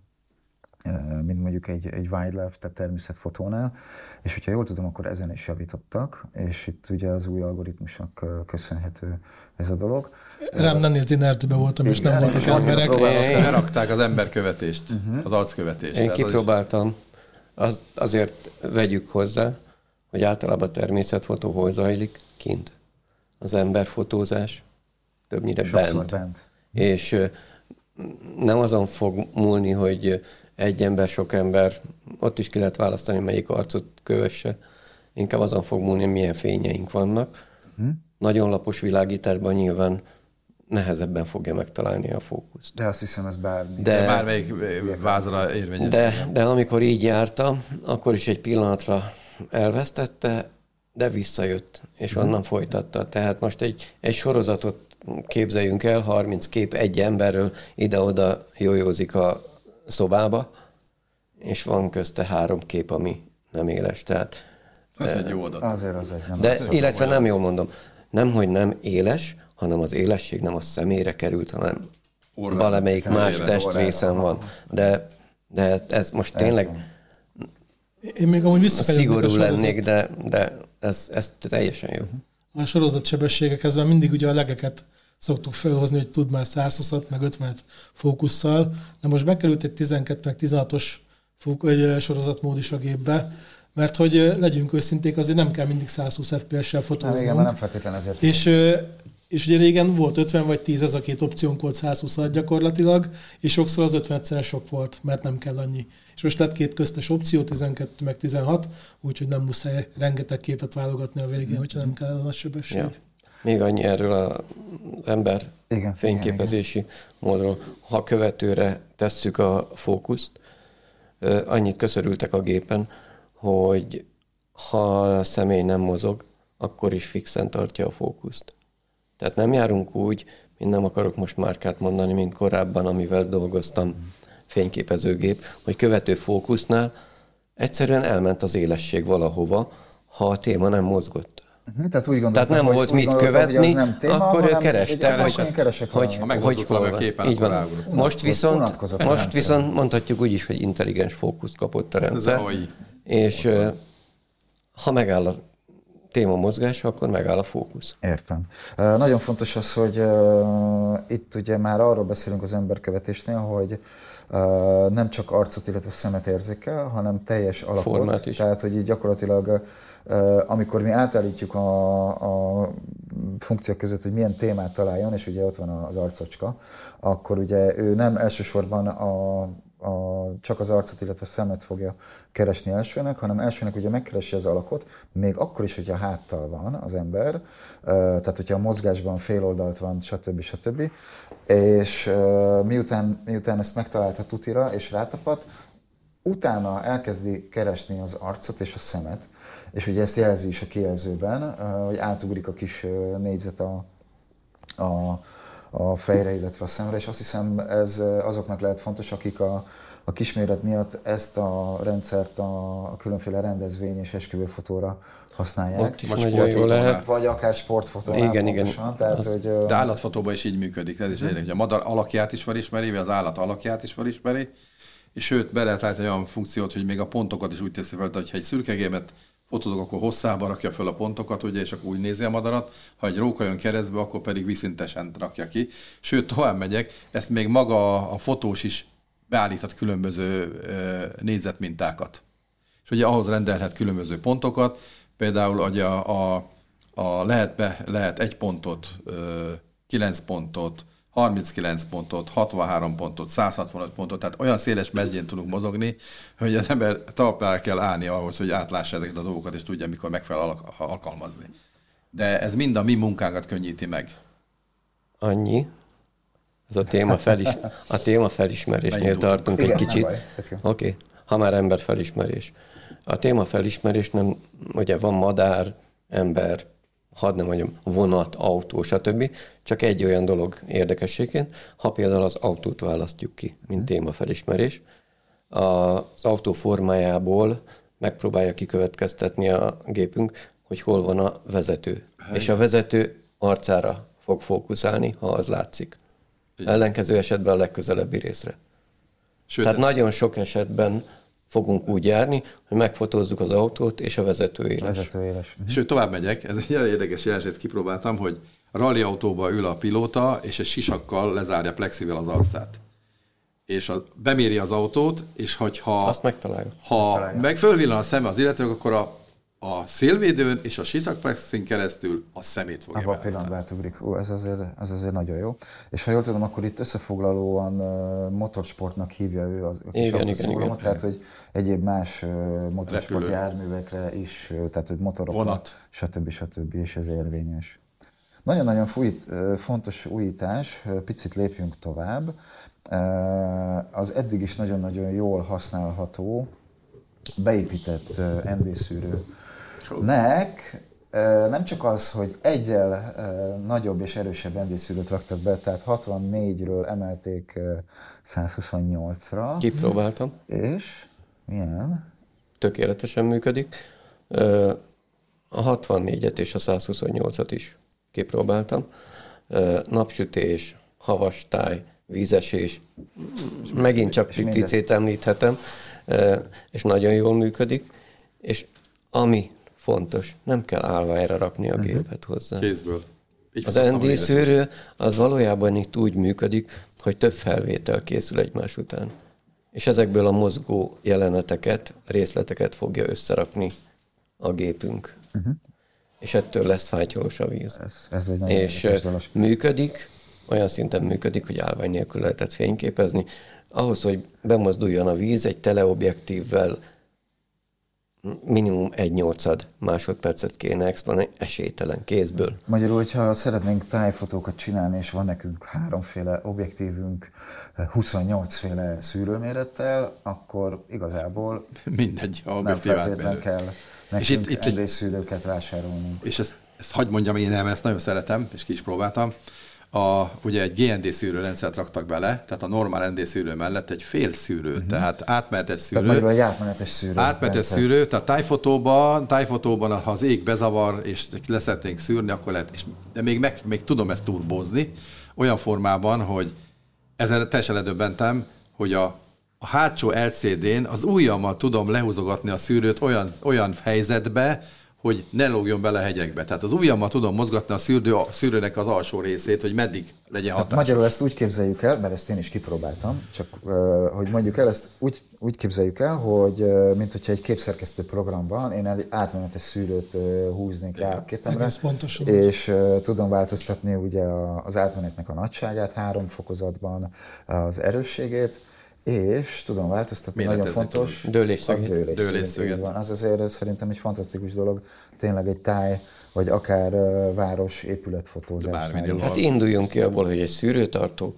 uh, mint mondjuk egy, egy wildlife, tehát természetfotónál. És hogyha jól tudom, akkor ezen is javítottak, és itt ugye az új algoritmusnak uh, köszönhető ez a dolog. Rám nem nézd, én erdőben voltam, és nem voltak emberek. Lerakták az emberkövetést, uh-huh. az arckövetést. Én kipróbáltam. Az, azért vegyük hozzá, hogy általában természetfotó hol zajlik? Kint. Az emberfotózás többnyire bent. bent. És nem azon fog múlni, hogy egy ember, sok ember, ott is ki lehet választani, melyik arcot kövesse. Inkább azon fog múlni, milyen fényeink vannak. Hm? Nagyon lapos világításban nyilván nehezebben fogja megtalálni a fókuszt. De azt hiszem, ez bármi. De, de bármelyik vázra érvényes. De, de amikor így járta, akkor is egy pillanatra elvesztette, de visszajött, és onnan folytatta. Tehát most egy, egy sorozatot képzeljünk el, harminc kép egy emberről ide-oda jójózik a szobába, és van közte három kép, ami nem éles. Tehát, az egy jó adat. Azért az egy nem. De, illetve nem jól mondom, nem, hogy nem éles, hanem az élesség nem a szemére került, hanem Orrán. valamelyik más testrészen van. De, de ez most tényleg én még amúgy szigorú lennék, de, de ez, ez teljesen jó. A sorozatsebességekhez mindig ugye a legeket szoktuk felhozni, hogy tud már száz húszat, meg ötvenet fókusszal, de most bekerült egy tizenkét, meg tizenhatos sorozatmód is a gépbe, mert hogy legyünk őszinték, azért nem kell mindig száz húsz ef pé es-sel fotóznunk. Nem, igen, nem feltétlenül ezért. És, és ugye régen volt ötven vagy tíz, ez a két opciónk volt száz húszat gyakorlatilag, és sokszor az ötven egyszerűen sok volt, mert nem kell annyi. És most lett két köztes opció, tizenkettő meg tizenhat, úgyhogy nem muszáj rengeteg képet válogatni a végén, hogyha nem kell a nagy sebesség. Ja. Még annyi erről az ember igen, fényképezési igen, igen. módról. Ha követőre tesszük a fókuszt, annyit köszörültek a gépen, hogy ha a személy nem mozog, akkor is fixen tartja a fókuszt. Tehát nem járunk úgy, mint nem akarok most márkát mondani, mint korábban, amivel dolgoztam, fényképezőgép, hogy követő fókusznál egyszerűen elment az élesség valahova, ha a téma nem mozgott. Tehát, úgy Tehát nem hogy, volt mit követni, nem téma, akkor ő kereste, hogy, hogy, hogy, hogy hol van. Így van. Most viszont, most viszont mondhatjuk úgy is, hogy intelligens fókuszt kapott a rendszer, és ha megáll a téma mozgása, akkor megáll a fókusz. Értem. Uh, nagyon fontos az, hogy uh, itt ugye már arról beszélünk az emberkövetésnél, hogy uh, nem csak arcot, illetve szemet érzékel, hanem teljes alapot. Formát is. Tehát, hogy így gyakorlatilag uh, amikor mi átállítjuk a, a funkciók között, hogy milyen témát találjon, és ugye ott van az arcocska, akkor ugye ő nem elsősorban a A, csak az arcot, illetve szemet fogja keresni elsőnek, hanem elsőnek ugye megkeresi az alakot, még akkor is, hogyha háttal van az ember, tehát hogyha a mozgásban féloldalt van, stb. stb. És miután, miután ezt megtalálta tutira és rátapadt, utána elkezdi keresni az arcot és a szemet, és ugye ezt jelzi is a kijelzőben, hogy átugrik a kis négyzet a, a a fejre, illetve a szemre, és azt hiszem ez azoknak lehet fontos, akik a, a kisméret miatt ezt a rendszert a, a különféle rendezvény és esküvőfotóra használják. Ott is nagyon jó lehet. Vagy akár sportfotónál igen, pontosan. Igen. Tehát, az... hogy, de állatfotóban is így működik. Ez is egyre, hogy a madar alakját is felismeri, vagy az állat alakját is felismeri, és sőt, be lehet látni olyan funkciót, hogy még a pontokat is úgy teszi fel, hogy ha egy szürkegémet fotózok, akkor hosszába rakja fel a pontokat, ugye, és akkor úgy nézi a madarat. Ha egy róka jön keresztbe, akkor pedig viszintesen rakja ki. Sőt, tovább megyek, ezt még maga a fotós is beállíthat különböző négyzetmintákat. És ugye ahhoz rendelhet különböző pontokat, például ugye a, a, a lehet, be, lehet egy pontot, kilenc pontot, harminckilenc pontot, hatvanhárom pontot, száz hatvanöt pontot, tehát olyan széles mezgyén tudunk mozogni, hogy az ember talpára kell állni ahhoz, hogy átlássa ezeket a dolgokat, és tudja, mikor megfelel alkalmazni. De ez mind a mi munkánkat könnyíti meg. Annyi, Ez a téma, felis, a téma felismerésnél tartunk Igen, egy kicsit. Oké, okay. Ha már ember felismerés. A téma felismerés nem, ugye van madár, ember, hadd nem mondjam, vonat, autó, stb. Csak egy olyan dolog érdekességként, ha például az autót választjuk ki, mint témafelismerés, az autó formájából megpróbálja kikövetkeztetni a gépünk, hogy hol van a vezető. Hely. És a vezető arcára fog fókuszálni, ha az látszik. Igen. Ellenkező esetben a legközelebbi részre. Sőt, Tehát ez... nagyon sok esetben fogunk úgy járni, hogy megfotózzuk az autót és a vezetőéles. Vezetőéles. Sőt, tovább megyek, ez egy érdekes jelenséget kipróbáltam, hogy a rally autóba ül a pilóta, és egy sisakkal lezárja plexivel az arcát. És a, beméri az autót, és hogyha... Azt megtalálja. Ha megtalálja. meg fölvillan a szeme az illetők, akkor a, a szélvédőn és a sisakplexin keresztül a szemét fogja Abba a pillanatban átugrik. Ó, ez azért, ez azért nagyon jó. És ha jól tudom, akkor itt összefoglalóan uh, motorsportnak hívja ő az ő kis igen, igen, igen. tehát hogy egyéb más uh, motorsporti járművekre is, uh, tehát hogy motorokra, vonat, stb. stb. És ez érvényes. Nagyon-nagyon fújt, uh, fontos újítás, uh, picit lépjünk tovább. Uh, az eddig is nagyon-nagyon jól használható, beépített uh, em dé szűrőnek nem csak az, hogy egyel nagyobb és erősebb em dé szűrőt raktak be, tehát hatvannégyről emelték százhuszonnyolcra. Kipróbáltam. És milyen? Tökéletesen működik. A hatvannégyet és a százhuszonnyolcat is kipróbáltam. Napsütés, havas táj, vízesés, megint csak picit említhetem, és nagyon jól működik, és ami fontos, nem kell állványra rakni a uh-huh. gépet hozzá. Kézből. Így az em dé szűrő az valójában itt úgy működik, hogy több felvétel készül egymás után. És ezekből a mozgó jeleneteket, részleteket fogja összerakni a gépünk. Uh-huh. És ettől lesz fájtyolos a víz. Ez, ez egy és működik, olyan szinten működik, hogy állvány nélkül lehetett fényképezni. Ahhoz, hogy bemozduljon a víz, egy teleobjektívvel minimum egy nyolcad másodpercet kéne exponálni, esélytelen, kézből. Magyarul, hogyha szeretnénk tájfotókat csinálni, és van nekünk háromféle objektívünk, huszonnyolc féle szűrőmérettel, akkor igazából mindegy, a nem feltétlenül kell nekünk itt, itt, em dé szűrőket vásárolni. És ezt, ezt hagyd mondjam, én nem, ezt nagyon szeretem, és ki is próbáltam. A, ugye egy gé en dé szűrőrendszert raktak bele, tehát a normál en dé szűrő mellett egy fél szűrő, uh-huh. tehát átmenetes szűrő. Tehát magyarul egy átmenetes szűrő. Átmenetes szűrő, tehát tájfotóban, tájfotóban, ha az ég bezavar, és leszeretnénk szűrni, akkor lehet, és, de még, meg, még tudom ezt turbózni, olyan formában, hogy ezen teljesen ledöbbentem, hogy a, a hátsó el cé dén az ujjammal tudom lehúzogatni a szűrőt olyan, olyan helyzetbe, hogy ne lógjon bele hegyekbe. Tehát az ujjammal tudom mozgatni a, szűrő, a szűrőnek az alsó részét, hogy meddig legyen hatás. Magyarul ezt úgy képzeljük el, mert ezt én is kipróbáltam, csak hogy mondjuk el, ezt úgy, úgy képzeljük el, hogy mint hogyha egy képszerkesztő programban én egy átmenetes szűrőt húznék rá a képemre, és tudom változtatni ugye az átmenetnek a nagyságát, három fokozatban az erősségét, és tudom változtatni, nagyon fontos, dőlésszöget. a dőlésszöget. Az azért szerintem egy fantasztikus dolog, tényleg egy táj, vagy akár uh, város épületfotózás. Hát induljunk ki abból, hogy egy szűrőtartó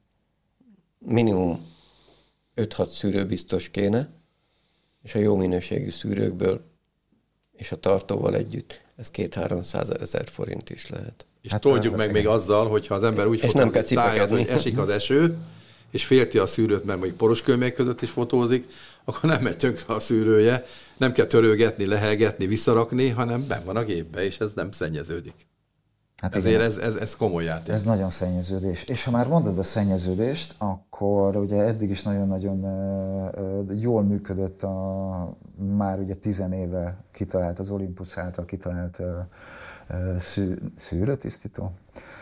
minimum öt-hat szűrő biztos kéne, és a jó minőségű szűrőkből és a tartóval együtt ez két-háromszáz ezer forint is lehet. És hát toldjuk meg igen. még azzal, hogyha az ember úgy fotózik tájat, hogy esik az eső, és félti a szűrőt, mert mondjuk poros körülmények között is fotózik, akkor nem megy tönkre a szűrője, nem kell törölgetni, lehelgetni, visszarakni, hanem benn van a gépbe, és ez nem szennyeződik. Hát ezért ez, ez, ez komoly játék. Ez nagyon szennyeződés. És ha már mondod a szennyeződést, akkor ugye eddig is nagyon-nagyon jól működött a már ugye tizenéve kitalált, az Olympus által kitalált szű, szűrőtisztító.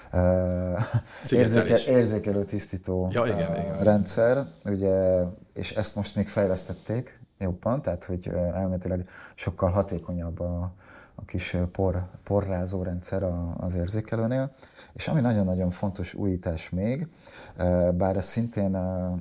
Érzéke, érzékelő tisztító ja, igen, igen. rendszer, ugye, és ezt most még fejlesztették jobban, tehát hogy elméletileg sokkal hatékonyabb a, a kis por, porrázó rendszer az érzékelőnél. És ami nagyon-nagyon fontos újítás még, bár ez szintén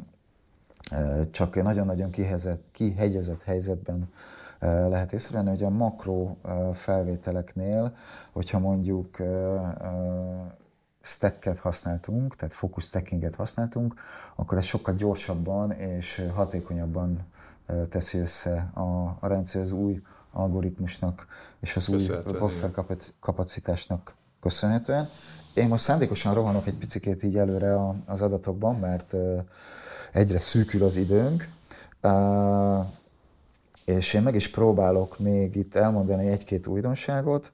csak nagyon-nagyon kihegyezett, kihegyezett helyzetben lehet észrevenni, hogy a makró felvételeknél, hogyha mondjuk stacket használtunk, tehát focus stackinget használtunk, akkor ez sokkal gyorsabban és hatékonyabban teszi össze a, a rendszer az új algoritmusnak és az új buffer kapacitásnak köszönhetően. Én most szándékosan rohanok egy picikét így előre az adatokban, mert egyre szűkül az időnk, és én meg is próbálok még itt elmondani egy-két újdonságot.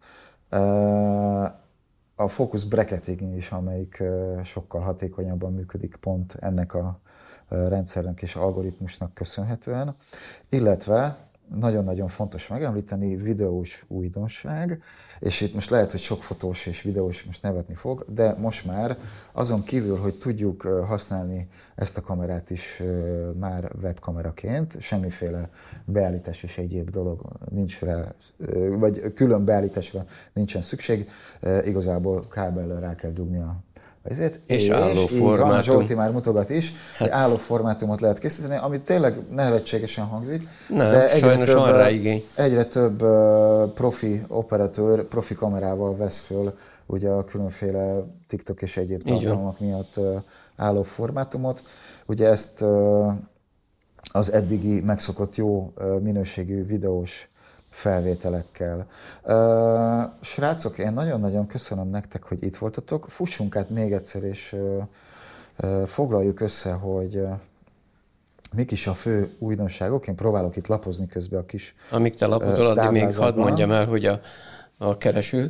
A focus bracketing is, amelyik sokkal hatékonyabban működik pont ennek a rendszernek és algoritmusnak köszönhetően, illetve nagyon-nagyon fontos megemlíteni, videós újdonság, és itt most lehet, hogy sok fotós és videós most nevetni fog, de most már azon kívül, hogy tudjuk használni ezt a kamerát is már webkameraként, semmiféle beállítás és egyéb dolog nincs rá, vagy külön beállításra nincsen szükség, igazából kábellel rá kell dugni a ezért, és, és álló formátum. Zsolti már mutogat is, hát. Álló formátumot lehet készíteni, ami tényleg nevetségesen hangzik, nem, de egyre több, arra igény. egyre több profi operatőr, profi kamerával vesz föl ugye a különféle TikTok és egyéb tartalmak miatt álló formátumot. Ugye ezt az eddigi megszokott jó minőségű videós felvételekkel. Uh, srácok, én nagyon-nagyon köszönöm nektek, hogy itt voltatok. Fussunk át még egyszer, és uh, uh, foglaljuk össze, hogy uh, mik is a fő újdonságok. Én próbálok itt lapozni közben a kis Amíg te lapozol, addig még hadd mondjam el, hogy a, a kereső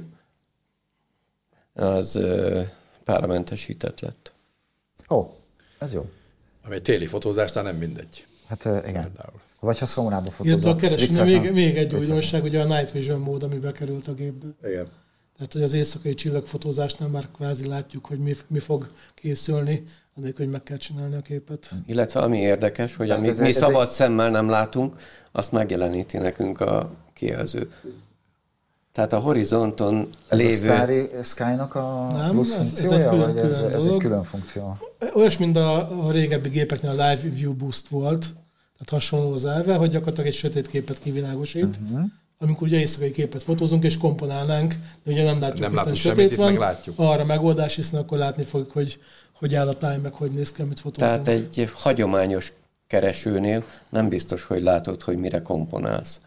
az uh, páramentesített lett. Ó, oh, ez jó. Ami egy téli fotózásnál nem mindegy. Hát uh, igen. Például. Vagy ha szónába fotózol. Illetve a kereső, még, még egy újdonság, ugye a Night Vision mód, ami bekerült a gépbe. Igen. Tehát, hogy az éjszakai csillagfotózásnál már kvázi látjuk, hogy mi, mi fog készülni, anélkül, hogy meg kell csinálni a képet. Illetve ami érdekes, hogy amit mi szabad egy... szemmel nem látunk, azt megjeleníti nekünk a kijelző. Tehát a horizonton ez lévő... Ez a Starry Sky-nak a nem, plusz ez, funkciója, ez külön, vagy ez, ez egy külön funkció? Olyas, mint a, a régebbi gépeknél a Live View Boost volt, tehát hasonló az elve, hogy gyakorlatilag egy sötét képet kivilágosít, uh-huh. amikor ugye éjszakai képet fotózunk és komponálnánk, de ugye nem látjuk, nem hiszen semmit, sötét van, meglátjuk. Arra megoldás, hiszen akkor látni fogjuk, hogy hogy áll a táj, meg hogy néz ki, amit fotózunk. Tehát egy hagyományos keresőnél nem biztos, hogy látod, hogy mire komponálsz.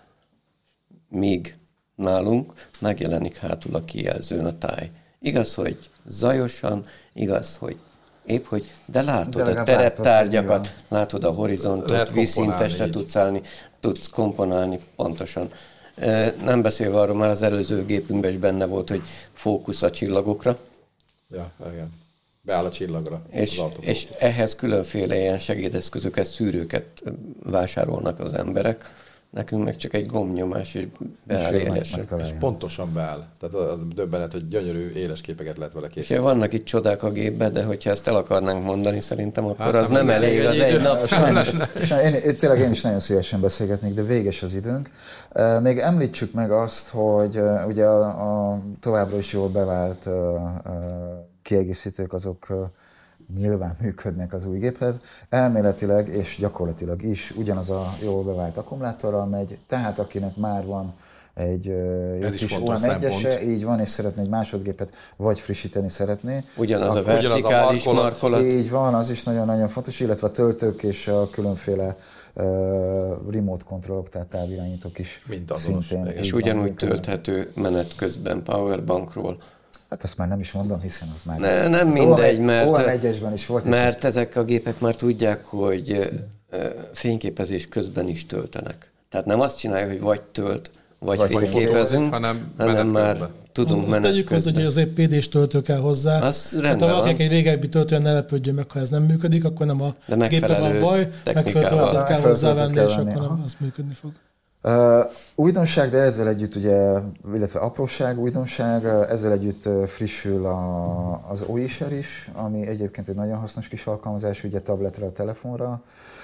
Míg nálunk megjelenik hátul a kijelzőn a táj. Igaz, hogy zajosan, igaz, hogy épp hogy, de látod de a tereptárgyakat, látod a horizontot, vízszintesre tudsz állni, tudsz komponálni pontosan. Nem beszélve arról, már az előző gépünkben is benne volt, hogy fókusz a csillagokra. Ja, igen. Beáll a csillagra. És, és ehhez különféle ilyen segédeszközöket, szűrőket vásárolnak az emberek. Nekünk meg csak egy gombnyomás, és beáll élesre. És pontosan beáll. Tehát az döbbenet, hogy gyönyörű, éles képeket lehet vele készíteni. Vannak itt csodák a gépben, de hogyha ezt el akarnánk mondani, szerintem akkor hát, az nem, nem elég, az egy nap. Sajnos, sajnos én, tényleg én is nagyon szívesen beszélgetnék, de véges az időnk. Még említsük meg azt, hogy ugye a, a továbbra is jól bevált a, a kiegészítők azok nyilván működnek az új géphez. Elméletileg és gyakorlatilag is ugyanaz a jól bevált akkumulátorral megy, tehát akinek már van egy jó kis o em egyese, így van, és szeretné egy másodgépet, vagy frissíteni szeretné. Ugyanaz a vertikális markolat. Így van, az is nagyon-nagyon fontos, illetve a töltők és a különféle uh, remote kontrollok, tehát távirányítók is mind azonos, szintén. És ugyanúgy tölthető menet közben powerbankról. Hát azt már nem is mondom, hiszen az már... Ne, nem mindegy, mert, o em egyesben is volt, mert ezt... ezek a gépek már tudják, hogy fényképezés közben is töltenek. Tehát nem azt csinálja, hogy vagy tölt, vagy, vagy fényképezünk, hanem, hanem már közben. Tudunk azt menet tegyük közben. hozzá, hogy azért pé dés töltő kell hozzá. Az hát ha valakinek egy régebbi töltően ne lepődjön meg, ha ez nem működik, akkor nem a gépen van baj, megfelelő töltőt kell hozzávenni, és akkor nem az működni fog. Uh, újdonság, de ezzel együtt ugye, illetve apróság, újdonság, ezzel együtt frissül a, az OiShare is, ami egyébként egy nagyon hasznos kis alkalmazás, ugye tabletre, a telefonra.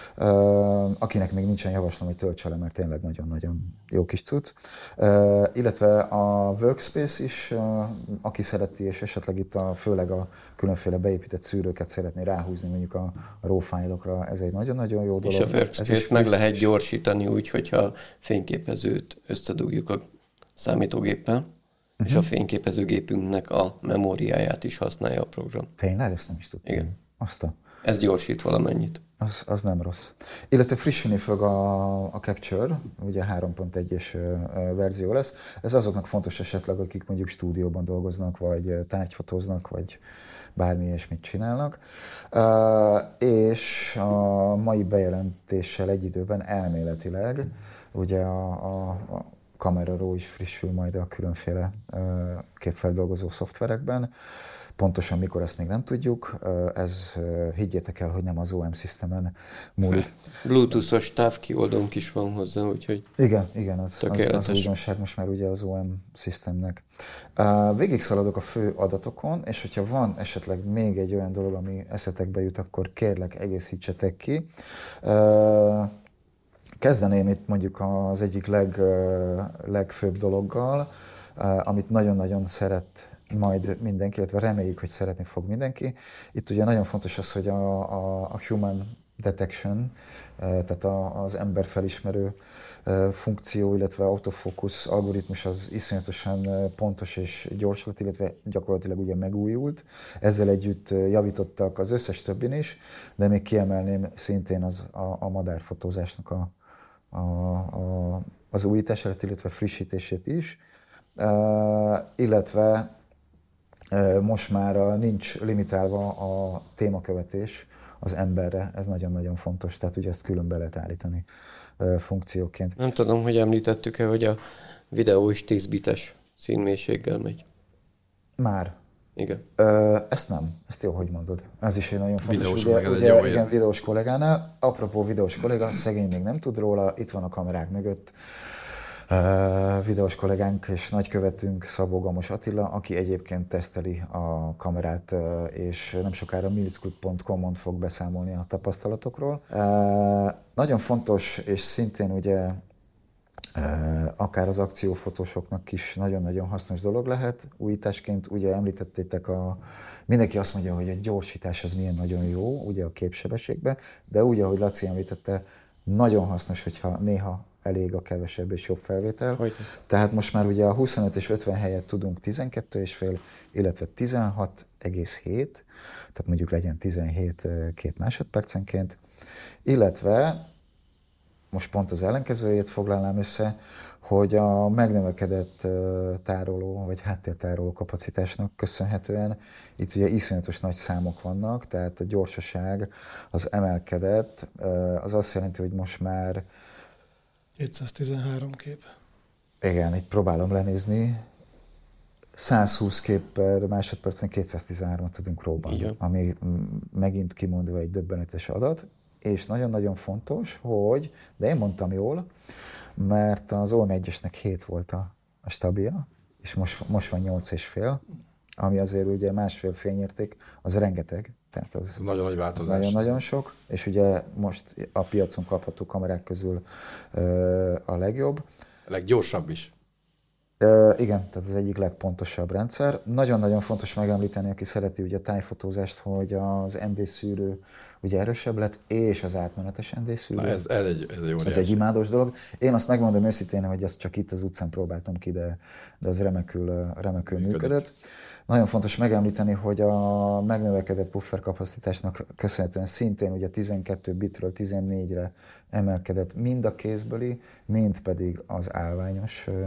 Uh, akinek még nincsen, javaslom, hogy töltse le, mert tényleg nagyon-nagyon jó kis cucc. Uh, illetve a Workspace is, uh, aki szereti, és esetleg itt a, főleg a különféle beépített szűrőket szeretné ráhúzni mondjuk a, a RAW fájlokra, ez egy nagyon-nagyon jó dolog. És a Workspace meg lehet gyorsítani úgy, hogyha fényképezőt összedugjuk a számítógéppel, uh-huh. és a fényképezőgépünknek a memóriáját is használja a program. Tényleg? Ezt nem is tudtam. Igen. Azt a... Ez gyorsít valamennyit. Az, az nem rossz. Illetve frissülni fog a, a Capture, ugye három pont egyes verzió lesz. Ez azoknak fontos esetleg, akik mondjuk stúdióban dolgoznak, vagy tárgyfotóznak, vagy bármi ilyesmit csinálnak. Uh, és a mai bejelentéssel egy időben elméletileg ugye a, a, a Camera Raw is frissül majd a különféle uh, képfeldolgozó szoftverekben. Pontosan mikor, ezt még nem tudjuk, ez higgyétek el, hogy nem az o em Systemen múlik. Bluetooth-os távkioldónk is van hozzá, úgyhogy igen, igen, az, az, az újdonság most már ugye az o em Systemnek. Végig szaladok a fő adatokon, és hogyha van esetleg még egy olyan dolog, ami eszetekbe jut, akkor kérlek, egészítsetek ki. Kezdeném itt mondjuk az egyik leg, legfőbb dologgal, amit nagyon-nagyon szeret majd mindenki, illetve reméljük, hogy szeretni fog mindenki. Itt ugye nagyon fontos az, hogy a, a, a human detection, tehát a, az ember felismerő funkció, illetve autofókusz algoritmus az iszonyatosan pontos és gyors lett, illetve gyakorlatilag ugye megújult. Ezzel együtt javítottak az összes többin is, de még kiemelném szintén az, a, a madárfotózásnak a, a, a, az újítását, illetve frissítését is, uh, illetve most már nincs limitálva a témakövetés az emberre, ez nagyon-nagyon fontos, tehát ugye ezt külön be lehet állítani funkcióként. Nem tudom, hogy említettük-e, hogy a videó is tíz bites színmélységgel megy. Már? Igen. Ö, ezt nem, ezt jó, hogy mondod. Ez is egy nagyon fontos. Videós ugye, ugye jó, igen, videós kollégánál. Apropó videós kolléga, szegény még nem tud róla, itt van a kamerák mögött. Uh, videós kollégánk és nagykövetünk Szabó Gamos Attila, aki egyébként teszteli a kamerát, uh, és nem sokára milclub pont com-on fog beszámolni a tapasztalatokról. Uh, nagyon fontos, és szintén ugye uh, akár az akciófotósoknak is nagyon-nagyon hasznos dolog lehet. Újításként ugye említettétek, a, mindenki azt mondja, hogy a gyorsítás az milyen nagyon jó, ugye a képsebességben, de úgy, ahogy Laci említette, nagyon hasznos, hogyha néha elég a kevesebb és jobb felvétel. Hogy? Tehát most már ugye a huszonöt és ötven helyett tudunk tizenkettő és fél, illetve tizenhat egész hét, tehát mondjuk legyen tizenhét két másodpercenként, illetve most pont az ellenkezőjét foglalnám össze, hogy a megnövekedett tároló vagy háttértároló kapacitásnak köszönhetően itt ugye iszonyatos nagy számok vannak, tehát a gyorsaság az emelkedett, az azt jelenti, hogy most már kétszáztizenhárom kép. Igen, itt próbálom lenézni. száz húsz kép per másodpercen kétszáztizenhármat tudunk róban, ami megint kimondva egy döbbenetes adat, és nagyon-nagyon fontos, hogy, de én mondtam jól, mert az o em egyesnek hét volt a, a stabil, és most, most van nyolc és fél, ami azért ugye másfél fényérték, az rengeteg. Tehát az nagyon nagy változás. Nagyon-nagyon sok, és ugye most a piacon kapható kamerák közül uh, a legjobb. A leggyorsabb is. Uh, igen, tehát az egyik legpontosabb rendszer. Nagyon-nagyon fontos megemlíteni, aki szereti ugye a tájfotózást, hogy az en dé szűrő ugye erősebb lett, és az átmenetes en dé szűrő. Na ez, ez egy, ez egy, ez egy imádós dolog. Én azt megmondom őszintén, hogy ezt csak itt az utcán próbáltam ki, de, de az remekül, remekül működött. működött. Nagyon fontos megemlíteni, hogy a megnövekedett puffer kapacitásnak köszönhetően szintén ugye tizenkét bitről tizennégyre emelkedett mind a kézbeli, mind pedig az állványos ö,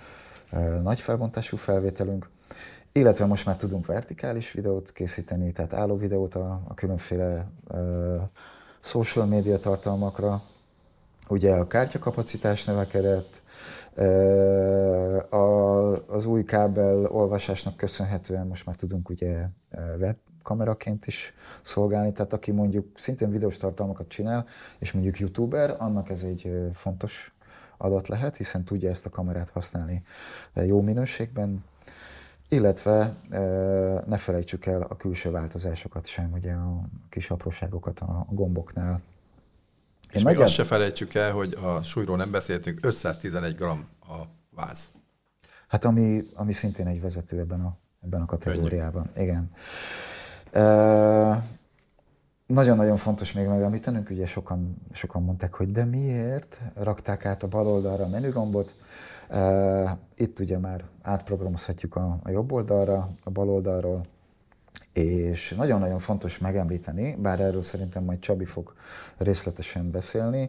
ö, nagy felbontású felvételünk. Illetve most már tudunk vertikális videót készíteni, tehát álló videót a, a különféle ö, social media tartalmakra. Ugye a kártyakapacitás növekedett, az új kábel olvasásnak köszönhetően most már tudunk ugye webkameraként is szolgálni, tehát aki mondjuk szintén videós tartalmakat csinál, és mondjuk youtuber, annak ez egy fontos adat lehet, hiszen tudja ezt a kamerát használni jó minőségben, illetve ne felejtsük el a külső változásokat sem, ugye a kis apróságokat a gomboknál. És még nagyjából... azt se felejtsük el, hogy a súlyról nem beszéltünk, ötszáztizenegy gramm a váz. Hát ami, ami szintén egy vezető ebben a, ebben a kategóriában. Könnyű. Igen. E, nagyon-nagyon fontos még megemlítenünk, ugye sokan, sokan mondták, hogy de miért rakták át a bal oldalra a menügombot. Itt ugye már átprogramozhatjuk a, a jobb oldalra, a bal oldalról, és nagyon-nagyon fontos megemlíteni, bár erről szerintem majd Csabi fog részletesen beszélni,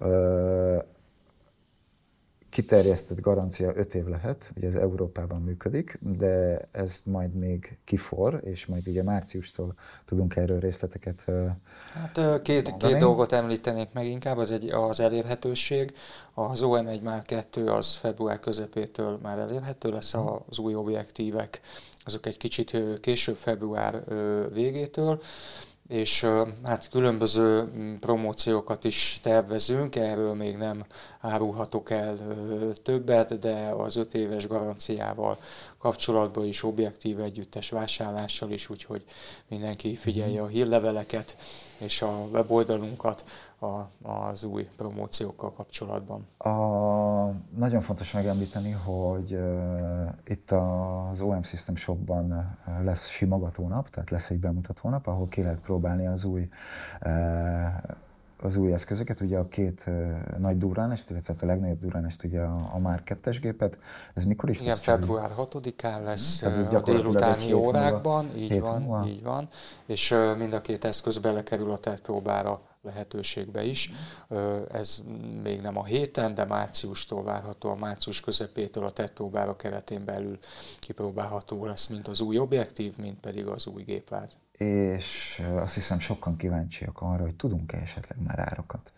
kiterjesztett garancia öt év lehet, ugye ez Európában működik, de ez majd még kifor, és majd ugye márciustól tudunk erről részleteket Hát két, két dolgot említenék meg inkább, az, egy, az elérhetőség. Az O M egy Mark kettő az február közepétől már elérhető lesz, az új objektívek, azok egy kicsit később, február végétől, és hát különböző promóciókat is tervezünk, erről még nem árulhatok el többet, de az öt éves garanciával kapcsolatban is objektív együttes vásárlással is, úgyhogy mindenki figyelje a hírleveleket és a weboldalunkat a, az új promóciókkal kapcsolatban. A, nagyon fontos megemlíteni, hogy uh, itt az o em System Shopban uh, lesz simogatónap, tehát lesz egy bemutatónap, ahol ki lehet próbálni az új uh, az új eszközöket, ugye a két uh, nagy durránest, illetve a legnagyobb durránest, ugye a, a Mark kettes gépet. Ez mikor is Igen, lesz? február hatodikán lesz hmm. a délutáni órákban, múlva, így van, múlva. így van, és uh, mind a két eszköz belekerül a tettpróbára lehetőségbe is. Ez még nem a héten, de márciustól várható, a március közepétől a tettpróbára keretén belül kipróbálható lesz, mint az új objektív, mint pedig az új gépváz. És azt hiszem sokan kíváncsiak arra, hogy tudunk-e esetleg már árakat?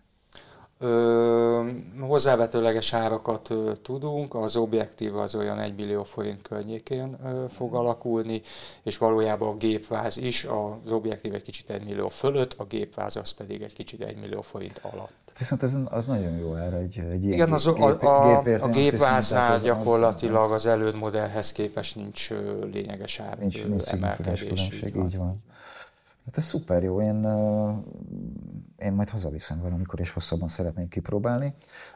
Ö, hozzávetőleges árakat ö, tudunk, az objektív az olyan egy millió forint környékén ö, fog alakulni, és valójában a gépváz is, az objektív egy kicsit egy millió fölött, a gépváz az pedig egy kicsit egy millió forint alatt. Viszont ez az nagyon jó erre egy, egy ilyen Igen, az, gép, a, a, gépért, a gépváznál az, gyakorlatilag az, az előd modellhez képest nincs lényeges ár nincs, nincs emelkedés. Különbség, így van. Hát ez szuper jó, én, én majd hazaviszem valamikor, és hosszabban szeretném kipróbálni.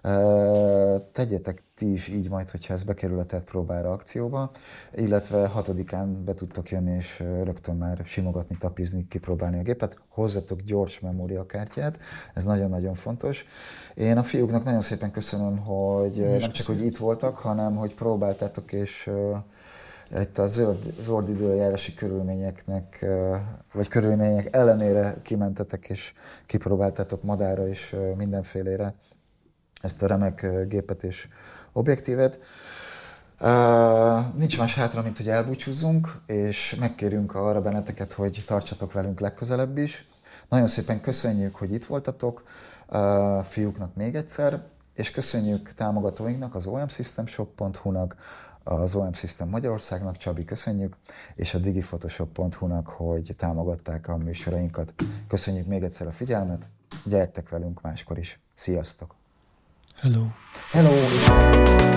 Tegyetek ti is így majd, hogyha ez bekerül a tettpróbára akcióba, illetve hatodikán be tudtok jönni, és rögtön már simogatni, tapizni, kipróbálni a gépet. Hozzatok gyors memóriakártyát, ez nagyon-nagyon fontos. Én a fiúknak nagyon szépen köszönöm, hogy nem csak, köszönöm. hogy itt voltak, hanem hogy próbáltátok, és itt a zöld, zöld időjárási körülményeknek, vagy körülmények ellenére kimentetek és kipróbáltátok Madárra és mindenfélére ezt a remek gépet és objektívet. Nincs más hátra, mint hogy elbúcsúzzunk, és megkérünk arra benneteket, hogy tartsatok velünk legközelebb is. Nagyon szépen köszönjük, hogy itt voltatok, fiúknak még egyszer, és köszönjük támogatóinknak, az o em system shop pont hu-nak, az o em System Magyarországnak, Csabi, köszönjük, és a digifotoshop pont hu-nak, hogy támogatták a műsorainkat. Köszönjük még egyszer a figyelmet, gyertek velünk máskor is. Sziasztok! Hello! Hello!